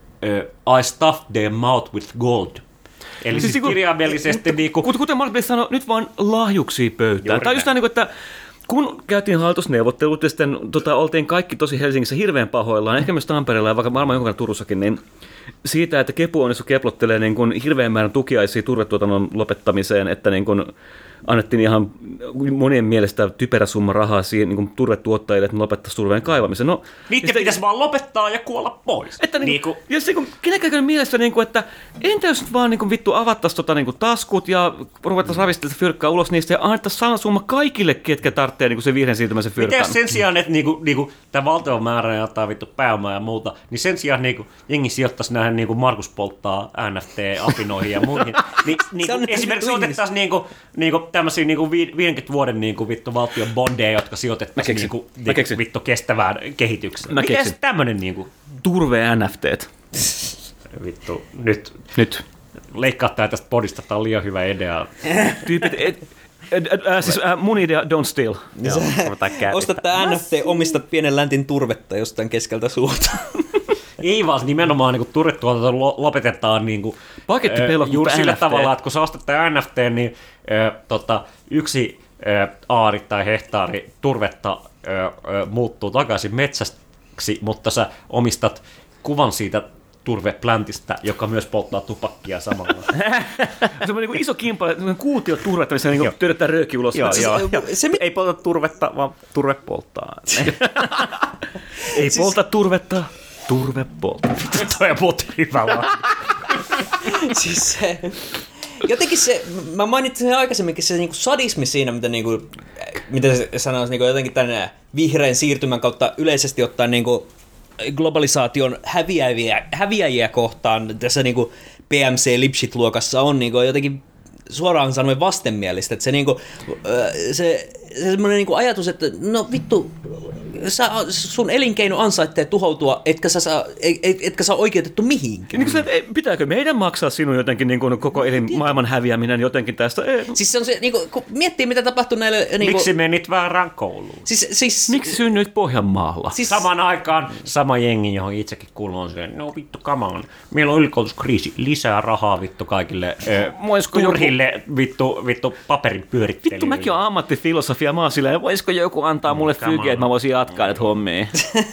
I stuffed their mouth with gold. Eli siis, siis kirjaimellisesti... Niinku... Kuten Mark sanoi, nyt vaan lahjuksia pöytään. Tai just näin, että kun käytiin hallitusneuvottelut ja sitten tota, oltiin kaikki tosi Helsingissä hirveän pahoillaan, ehkä myös Tampereella ja vaikka varmaan jonkun Turussakin, niin siitä, että Kepu onnistu keplottelee niin kuin hirveän määrän tukiaisia turvetuotannon lopettamiseen, että niin kuin annettiin ihan monien mielestä typerä summa rahaa siihen niin kuin turvetuottajille, että ne lopettaisiin turveen kaivamisen. No, niitä pitäisi vaan lopettaa ja kuolla pois. Että niin kuin, jos niin kuin, kenenkään mielestä, niin kuin, että entä jos nyt vaan niin kuin, vittu avattaisiin tota, niin kuin taskut ja ruvettaisiin ravistella fyrkkaa ulos niistä ja annettaisiin sama summa kaikille, ketkä tarvitsee niin kuin se vihreän siirtymäisen fyrkkaan. Miten sen sijaan, että niin kuin, niin kuin, tämä valtavan määrä jotain vittu pääomaa ja muuta, niin sen sijaan niin kuin, jengi sijoittaisi näihin niin kuin Markus polttaa N F T-apinoihin ja muihin. Ni, niin kuin, esimerkiksi otettaisiin niin kuin, niin kuin, tämmöisiä niin kuin viidenkymmenen vuoden niin kuin, vittu valtion bondeja, jotka sijoitettaisiin niin kuin, niin kuin, vittu kestävään kehitykseen. Mä Miten tämmöinen niin kuin... Turve N F T:t. Vittu, nyt. Nyt. Leikkaa tää tästä podista, tää on liian hyvä idea. Tyypit, et, et, et, äh, siis äh, mun idea, don't steal. Joo, ostat tää N F T, omistat pienen läntin turvetta jostain keskeltä suota. Ei vaan nimenomaan niin turvetuotanto lopetetaan niin kuin, äh, juuri sillä N F T. Tavalla, että kun sä ostat tämän N F T, niin äh, tota, yksi äh, aari tai hehtaari turvetta äh, äh, muuttuu takaisin metsäksi, mutta sä omistat kuvan siitä turvepläntistä, joka myös polttaa tupakkia samalla. Se on niin iso kimpale, kuutio turvetta, missä niin työnnetään rööki ulos. Joo, siis, joo, joo. Se ei polta turvetta, vaan turve polttaa. Ei siis... polta turvetta, turve polttaa. Toi on muuten hyvä vaan. Siis se... Jotenkin se, mä mainitsin sen aikaisemminkin, se niinku sadismi siinä, mitä, niinku, mitä se sanoisi niinku jotenkin tämän vihreän siirtymän kautta yleisesti ottaen niinku globalisaation häviäjiä, häviäjiä kohtaan tässä niinku P M C-lipshit-luokassa on niinku jotenkin suoraan sanoen vastenmielistä, että se, niinku, se, se semmoinen niinku ajatus, että no vittu, sä, sun elinkeino ansaitsee tuhoutua, etkä sä saa, et, etkä saa oikeutettu mihinkään. Niin, että, pitääkö meidän maksaa sinun jotenkin niin kuin koko elin, maailman häviäminen jotenkin tästä? Ei. Siis se on se, niin kuin, kun miettii mitä tapahtuu näille... Niin kuin, miksi menit väärään kouluun? Siis, siis, miksi synnyit Pohjanmaalla? Siis, samaan aikaan sama jengi, johon itsekin kuuluu, on silleen, no vittu, come on. Meillä on ylikoulutuskriisi, lisää rahaa vittu kaikille äh, turhille joku... vittu, vittu paperin pyörittelyille. Vittu, mäkin olen ammattifilosofia, mä oon silleen, voisiko joku antaa mulle mm, fyge, että mä voisin jatkaa näitä hommia.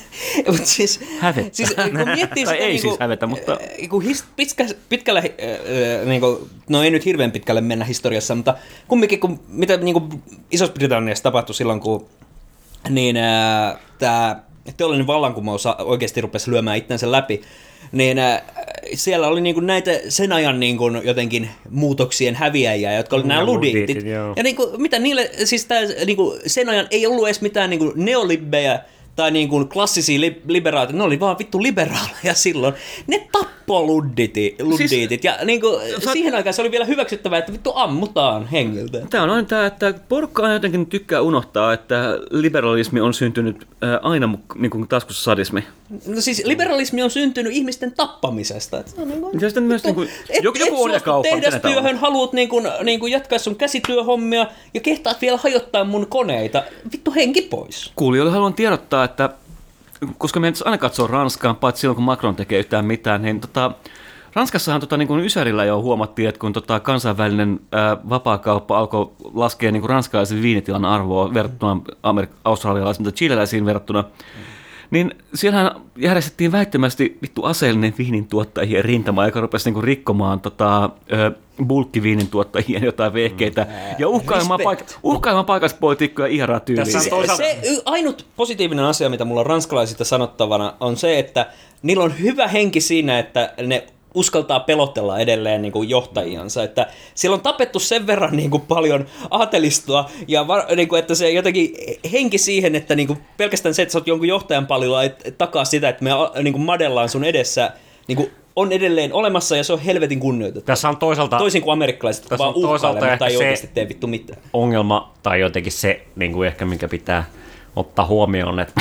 Mut siis, hävettä. Siis, kun miettii tai sitä, ei niinku, siis hävetä, mutta... Kun his, pitkä, pitkälle, äh, niinku, no ei nyt hirveän pitkälle mennä historiassa, mutta kumminkin, kun, mitä niinku, Isossa-Britanniassa tapahtui silloin, kun niin, äh, tämä teollinen vallankumous oikeasti rupesi lyömään itsensä läpi, niin äh, siellä oli niinku näitä sen ajan niinku jotenkin muutoksien häviäjiä, jotka oli nämä ludiitit. Ja niinku, mitä niille, siis tää, niinku, sen ajan ei ollut edes mitään niinku neolibbejä tai niinku klassisia li- liberaaleja, ne oli vaan vittu liberaaleja silloin. Ne tappoi luddiitit. Siis, ja niinku, sä... siihen aikaan se oli vielä hyväksyttävää, että vittu ammutaan hengiltä. Tämä on aina tämä, että porukka aina jotenkin tykkää unohtaa, että liberalismi on syntynyt ää, aina niin kuin taskussa sadismi. No siis liberalismi on syntynyt ihmisten tappamisesta. Et, niin kuin, ja sitten myös niin kuin, et, joku, joku on ja kauppa. Tehdastyöhön haluat niin kuin, niin kuin jatkaa sun käsityöhommia ja kehtaat vielä hajottaa mun koneita. Vittu henki pois. Kuulijoille haluan tiedottaa, että koska me ei aina katsoa Ranskaan, paitsi silloin kun Macron tekee yhtään mitään, niin tota, Ranskassahan tota, niin kuin Ysärillä jo huomattiin, että kun tota, kansainvälinen ää, vapaakauppa alkoi laskea niin kuin ranskalaisen viinitilan arvoa verrattuna Amerik- australialaisiin tai chileläisiin verrattuna, niin siellähän järjestettiin väittömästi vittu aseellinen viinintuottajien rintama, joka rupesi niinku rikkomaan tota, bulkkiviinintuottajien jotain vehkeitä mm, ja uhkailemaan, paik- uhkailemaan paikallispolitiikkoja iharaa tyyliin. Se, se ainut positiivinen asia, mitä mulla on ranskalaisista sanottavana, on se, että niillä on hyvä henki siinä, että ne uskaltaa pelotella edelleen niin kuin johtajiansa, että siellä on tapettu sen verran niin kuin paljon aatelistoa, ja var, niin kuin, että se jotenkin henki siihen, että niin kuin pelkästään se, että sä oot jonkun johtajan palilla, et, takaa sitä, että me niin kuin madellaan sun edessä, niin kuin on edelleen olemassa, ja se on helvetin kunnioitettu. Tässä on toisaalta... Toisin kuin amerikkalaiset, vaan uhkailemaan, mutta ei oikeasti tee vittu mitään. Ongelma, tai jotenkin se, niin kuin ehkä minkä pitää ottaa huomioon, että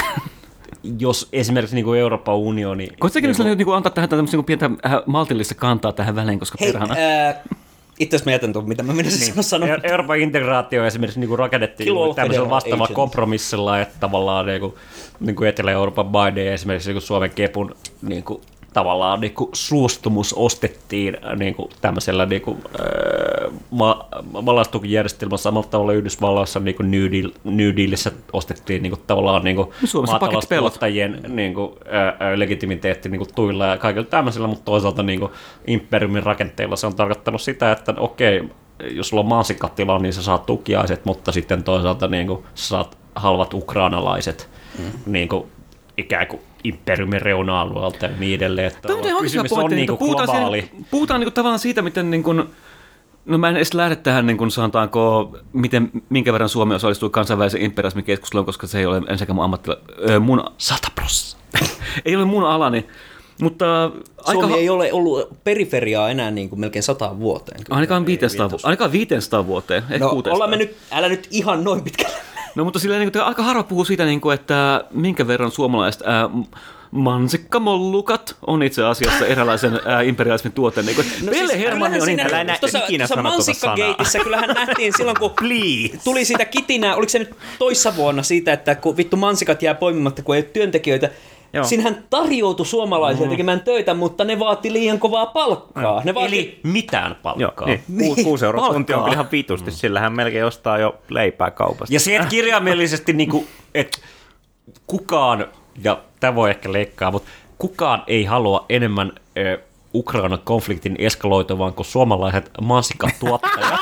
jos esimerkiksi niin kuin Euroopan unioni... Koetko niin kuin, niin kuin antaa tähän tämmöisen niin pientä äh, maltillista kantaa tähän väliin, koska Hei, perhana... Äh, itse asiassa mä jätän tuon, mitä mä menisin niin. sanoa. Euroopan integraatio esimerkiksi niin kuin rakennettiin tämmöisellä vastaavalla kompromissilla, että tavallaan niin kuin, niin kuin Etelä-Euroopan maiden ja esimerkiksi niin kuin Suomen kepun niin kuin tavallaan niin kuin suostumus ostettiin niin kuin tämmöisellä niin kuin, äh, ma- valaistukijärjestelmällä samalla tavalla Yhdysvalloissa niin kuin New, Deal, New Dealissä ostettiin niin kuin, tavallaan niin kuin maataloustuottajien niin kuin, äh, legitimiteetti niin kuin tuilla ja kaikilla tämmöisellä, mutta toisaalta niin kuin imperiumin rakenteilla se on tarkoittanut sitä, että okei, jos sulla on mansikkatila, niin sä saat tukiaiset, mutta sitten toisaalta niin kuin, sä saat halvat ukrainalaiset mm. niin kuin, ikään kuin imperiumin reuna-alueelta ja niin edelleen. Että kysymys on niin kuin puhutaan globaali. Siinä, puhutaan niin kuin tavallaan siitä, miten, niin kuin, no mä en edes lähde tähän, niin kuin sanotaanko, miten, minkä verran Suomi osallistuu kansainvälisen imperialismin keskusteluun, koska se ei ole ensinnäkään mun ammattila... Mun, Sata prosenttia. ei ole mun alani. Mutta Suomi aika... ei ole ollut periferiaa enää niin kuin melkein sataan vuoteen. Ainakaan viisisataa, ainakaan viisisataa vuoteen. No ollaan me nyt, älä nyt ihan noin pitkälle. No mutta silleen, niin kuin, aika harva puhuu siitä, niin kuin, että minkä verran suomalaiset ää, mansikkamollukat on itse asiassa eräänlaisen ää, imperialismin tuote. Niin kuin, no Pelle siis, Hermanni on siinä, niin... Tuossa, tuossa mansikkageitissä kyllähän nähtiin silloin, kun Please. tuli siitä kitinää, oliko se nyt toissa vuonna siitä, että kun vittu mansikat jää poimimatta, kun ei ole työntekijöitä. Joo. Siinähän tarjoutui suomalaisia mm. tekemään töitä, mutta ne vaati liian kovaa palkkaa. Ne vaati... Eli mitään palkkaa. Joo, niin. Kuusi euroa tunti on ihan vitusti, mm. sillähän melkein ostaa jo leipää kaupasta. Ja se, että kirjaimellisesti niin kuin, että kukaan, ja tämä voi ehkä leikkaa, mutta kukaan ei halua enemmän äh, Ukrainan konfliktin eskaloituvan kuin suomalaiset mansikkatuottajat.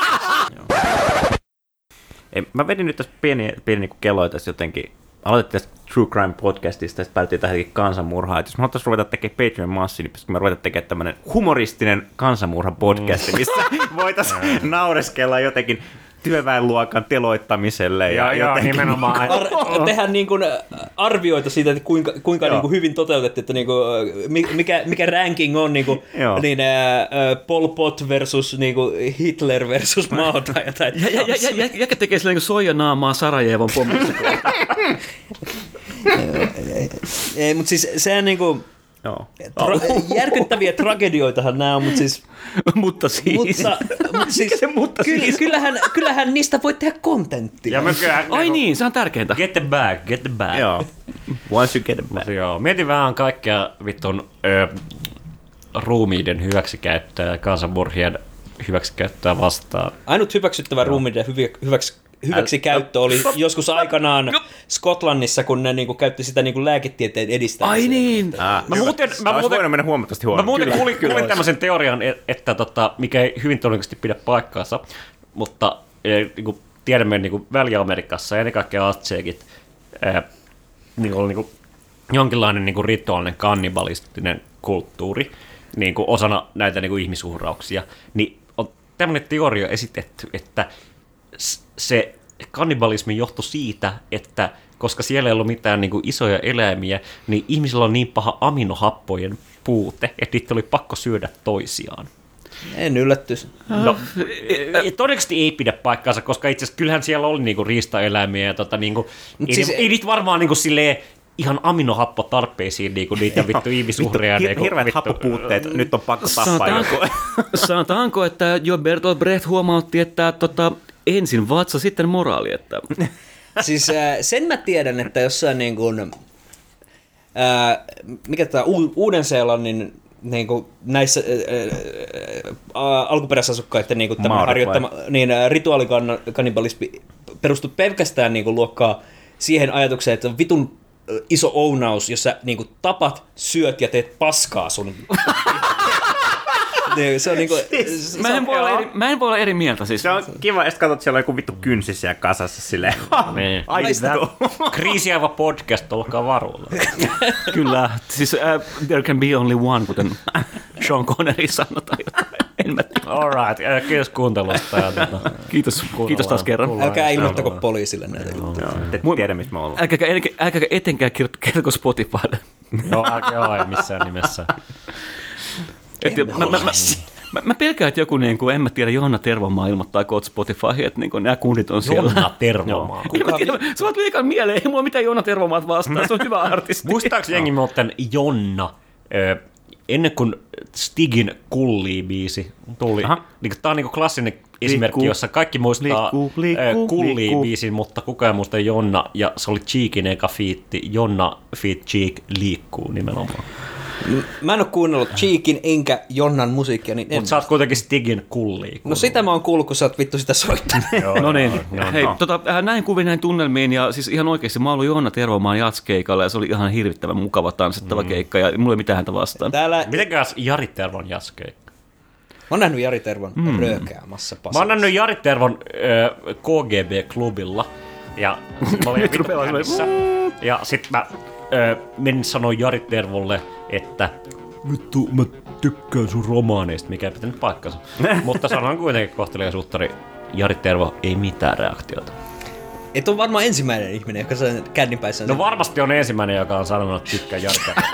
Mä vedin nyt tässä pieni, pieni niin kelloja tässä jotenkin. Aloitettiin tästä True Crime podcastista, ja sitten päätettiin tähän kansanmurhaa. Et jos me haluttaisiin ruveta tekemään Patreon-massia, niin pitäisikö me ruveta tekemään tämmöinen humoristinen kansanmurha-podcasti, missä voitaisiin naureskella jotenkin työväenluokan teloittamiselle. Ja, ja jotenkin... nimenomaan. Ar- tehdään niin kuin arvioita siitä, että kuinka, kuinka niin kuin hyvin toteutettu, että niin kuin, mikä, mikä ranking on niin kuin, niin, uh, Pol Pot versus niin kuin Hitler versus Mao tai jotain. Ja, ja, ja, ja, jäkä tekee sillä niin kuin soijanaamaa Sarajevon pommista. Ei, mutta siis sehän niin kuin... Joo. Tra- järkyttäviä tragedioitahan nämä on, mutta siis... mutta siis... Mutta, mutta siis, mutta ky- siis? Kyllähän, kyllähän niistä voi tehdä kontenttia. Ai niin, se on tärkeintä. Get the bag, get the bag. Joo. Once you get the bag. Joo. Mietin vähän kaikkea vittun ö, ruumiiden hyväksikäyttöä ja kansanmurhien hyväksikäyttöä vastaan. Ainut hyväksyttävä ruumiiden hyvi- hyväksi hyväksi käyttö oli joskus aikanaan Skotlannissa, kun ne niinku käytti sitä niinku lääketieteen edistämiseen. Ai niin! Ah, mä muuten, mä muuten, voinut mennä huomattavasti huomioon. Mä muuten kyllä, kuulin, kuulin tämmöisen teorian, että tota, mikä ei hyvin todennäköisesti pidä paikkaansa, mutta niinku, tiedämme niinku Väli-Amerikassa ja ennen kaikkea Aztekit niinku, oli niinku, jonkinlainen niinku, rituaalinen kannibalistinen kulttuuri niinku, osana näitä niinku, ihmisuhrauksia. Niin on tämmöinen teoria esitetty, että se kannibalismi johtui siitä, että koska siellä ei ollut mitään niin kuin isoja eläimiä, niin ihmisillä on niin paha aminohappojen puute, että niitä oli pakko syödä toisiaan. En yllättyisi. No, todennäköisesti ei pidä paikkaansa, koska itse asiassa kyllähän siellä oli niinku riistaeläimiä ja tota, niinku, ei, siis, ei niitä varmaan niinku silleen ihan aminohappotarpeisiin niinku niitä vittu ihmisuhreja. Hir- hirveät vittu, happopuutteet, nyt on pakko tappaa joku. Sanotaanko, että jo Bertolt Brecht huomautti, että tota, ensin vatsa, sitten moraali. Että... Siis äh, sen mä tiedän, että jossain niin kuin, äh, mikä tämä U- Uuden-Seelannin niin kuin näissä äh, äh, alkuperäisasukkaiden niin kuin tämä harjoittama niin, äh, rituaalikannibalismi perustui pelkästään niin kuin luokkaa siihen ajatukseen, että on vitun äh, iso ounaus, jos sä niin kuin tapat, syöt ja teet paskaa sun... Se on niinku, siis, mä, en voi olla eri, mä en voi olla eri mieltä. Siis. Se on kiva, että katsot, siellä on joku vittu kynsi siellä kasassa silleen. Aistuu. Kriisiäivä podcast, olkaa varuilla. Kyllä, siis uh, there can be only one, kuten Sean Connery sanotaan jotain. En mä tiedä. All right, uh, kiitos kuuntelusta. Ja, tuota, kiitos, kiitos taas kerran. Älkää ilmoittako poliisille näitä juttuja. Te tiedä, missä me ollaan. Älkääkä, älkääkä etenkään kertoko Spotifylle. Joo, joo, ei missään nimessä. Et, mä, mä, mä, mä, mä pelkään, että joku, niin kuin, en mä tiedä, Johanna Tervomaa ilmoittaa koot Spotifyhin, että niin kuin, nämä kundit on siellä. Johanna Tervomaa. Sä oot liikaa mieleen, ei mulla mitään Johanna Tervomaat vastaan, se on hyvä artisti. Muistaaks jengi muuten Jonna, ö, ennen kuin Stigin Kulli-biisi tuli, niin, tää on niin klassinen esimerkki, liikkuu, jossa kaikki muistaa Kulli-biisin, mutta kukaan ei muista Jonna, ja se oli Cheekin eka fiitti, Jonna feat Cheek liikkuu nimenomaan. Mä en oo kuunnellut Cheekin enkä Jonnan musiikkia, niin en. Mutta sä oot kuitenkin Stigin kullia. No sitä mä oon kuullut, kun sä oot vittu sitä soittanut. No niin, hei, tota, näin kuvin näin tunnelmiin ja siis ihan oikeasti mä oon ollut Joonna Tervomaan jatskeikalla ja se oli ihan hirvittävän mukava tanssittava mm. keikka ja mulla ei mitään häntä vastaan. Täällä... Mitenkäs Jari Tervon jatskeikka? Mä oon nähnyt Jari Tervon mm. röökäämässä pasassa. Mä oon nähnyt Jari Tervon äh, K G B-klubilla ja mä olin vittu ja sit mä äh, menin sanoa Jari Tervolle, että vittu mä tykkään sun romaaneista, mikä ei pitänyt paikkansa. Mutta sanon kuitenkin kohteliaisuuttari, Jari Tervo ei mitään reaktiota. Et on varmaan ensimmäinen ihminen, joka saa känninpäissä. No varmasti on ensimmäinen, joka on sanonut, että tykkää Jari Tervo.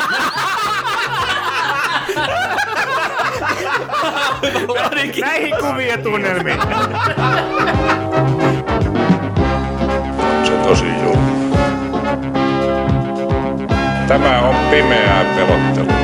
Näihin kuvien tunnelmiin. Se tosi julma. Tämä on pimeää pelottelua.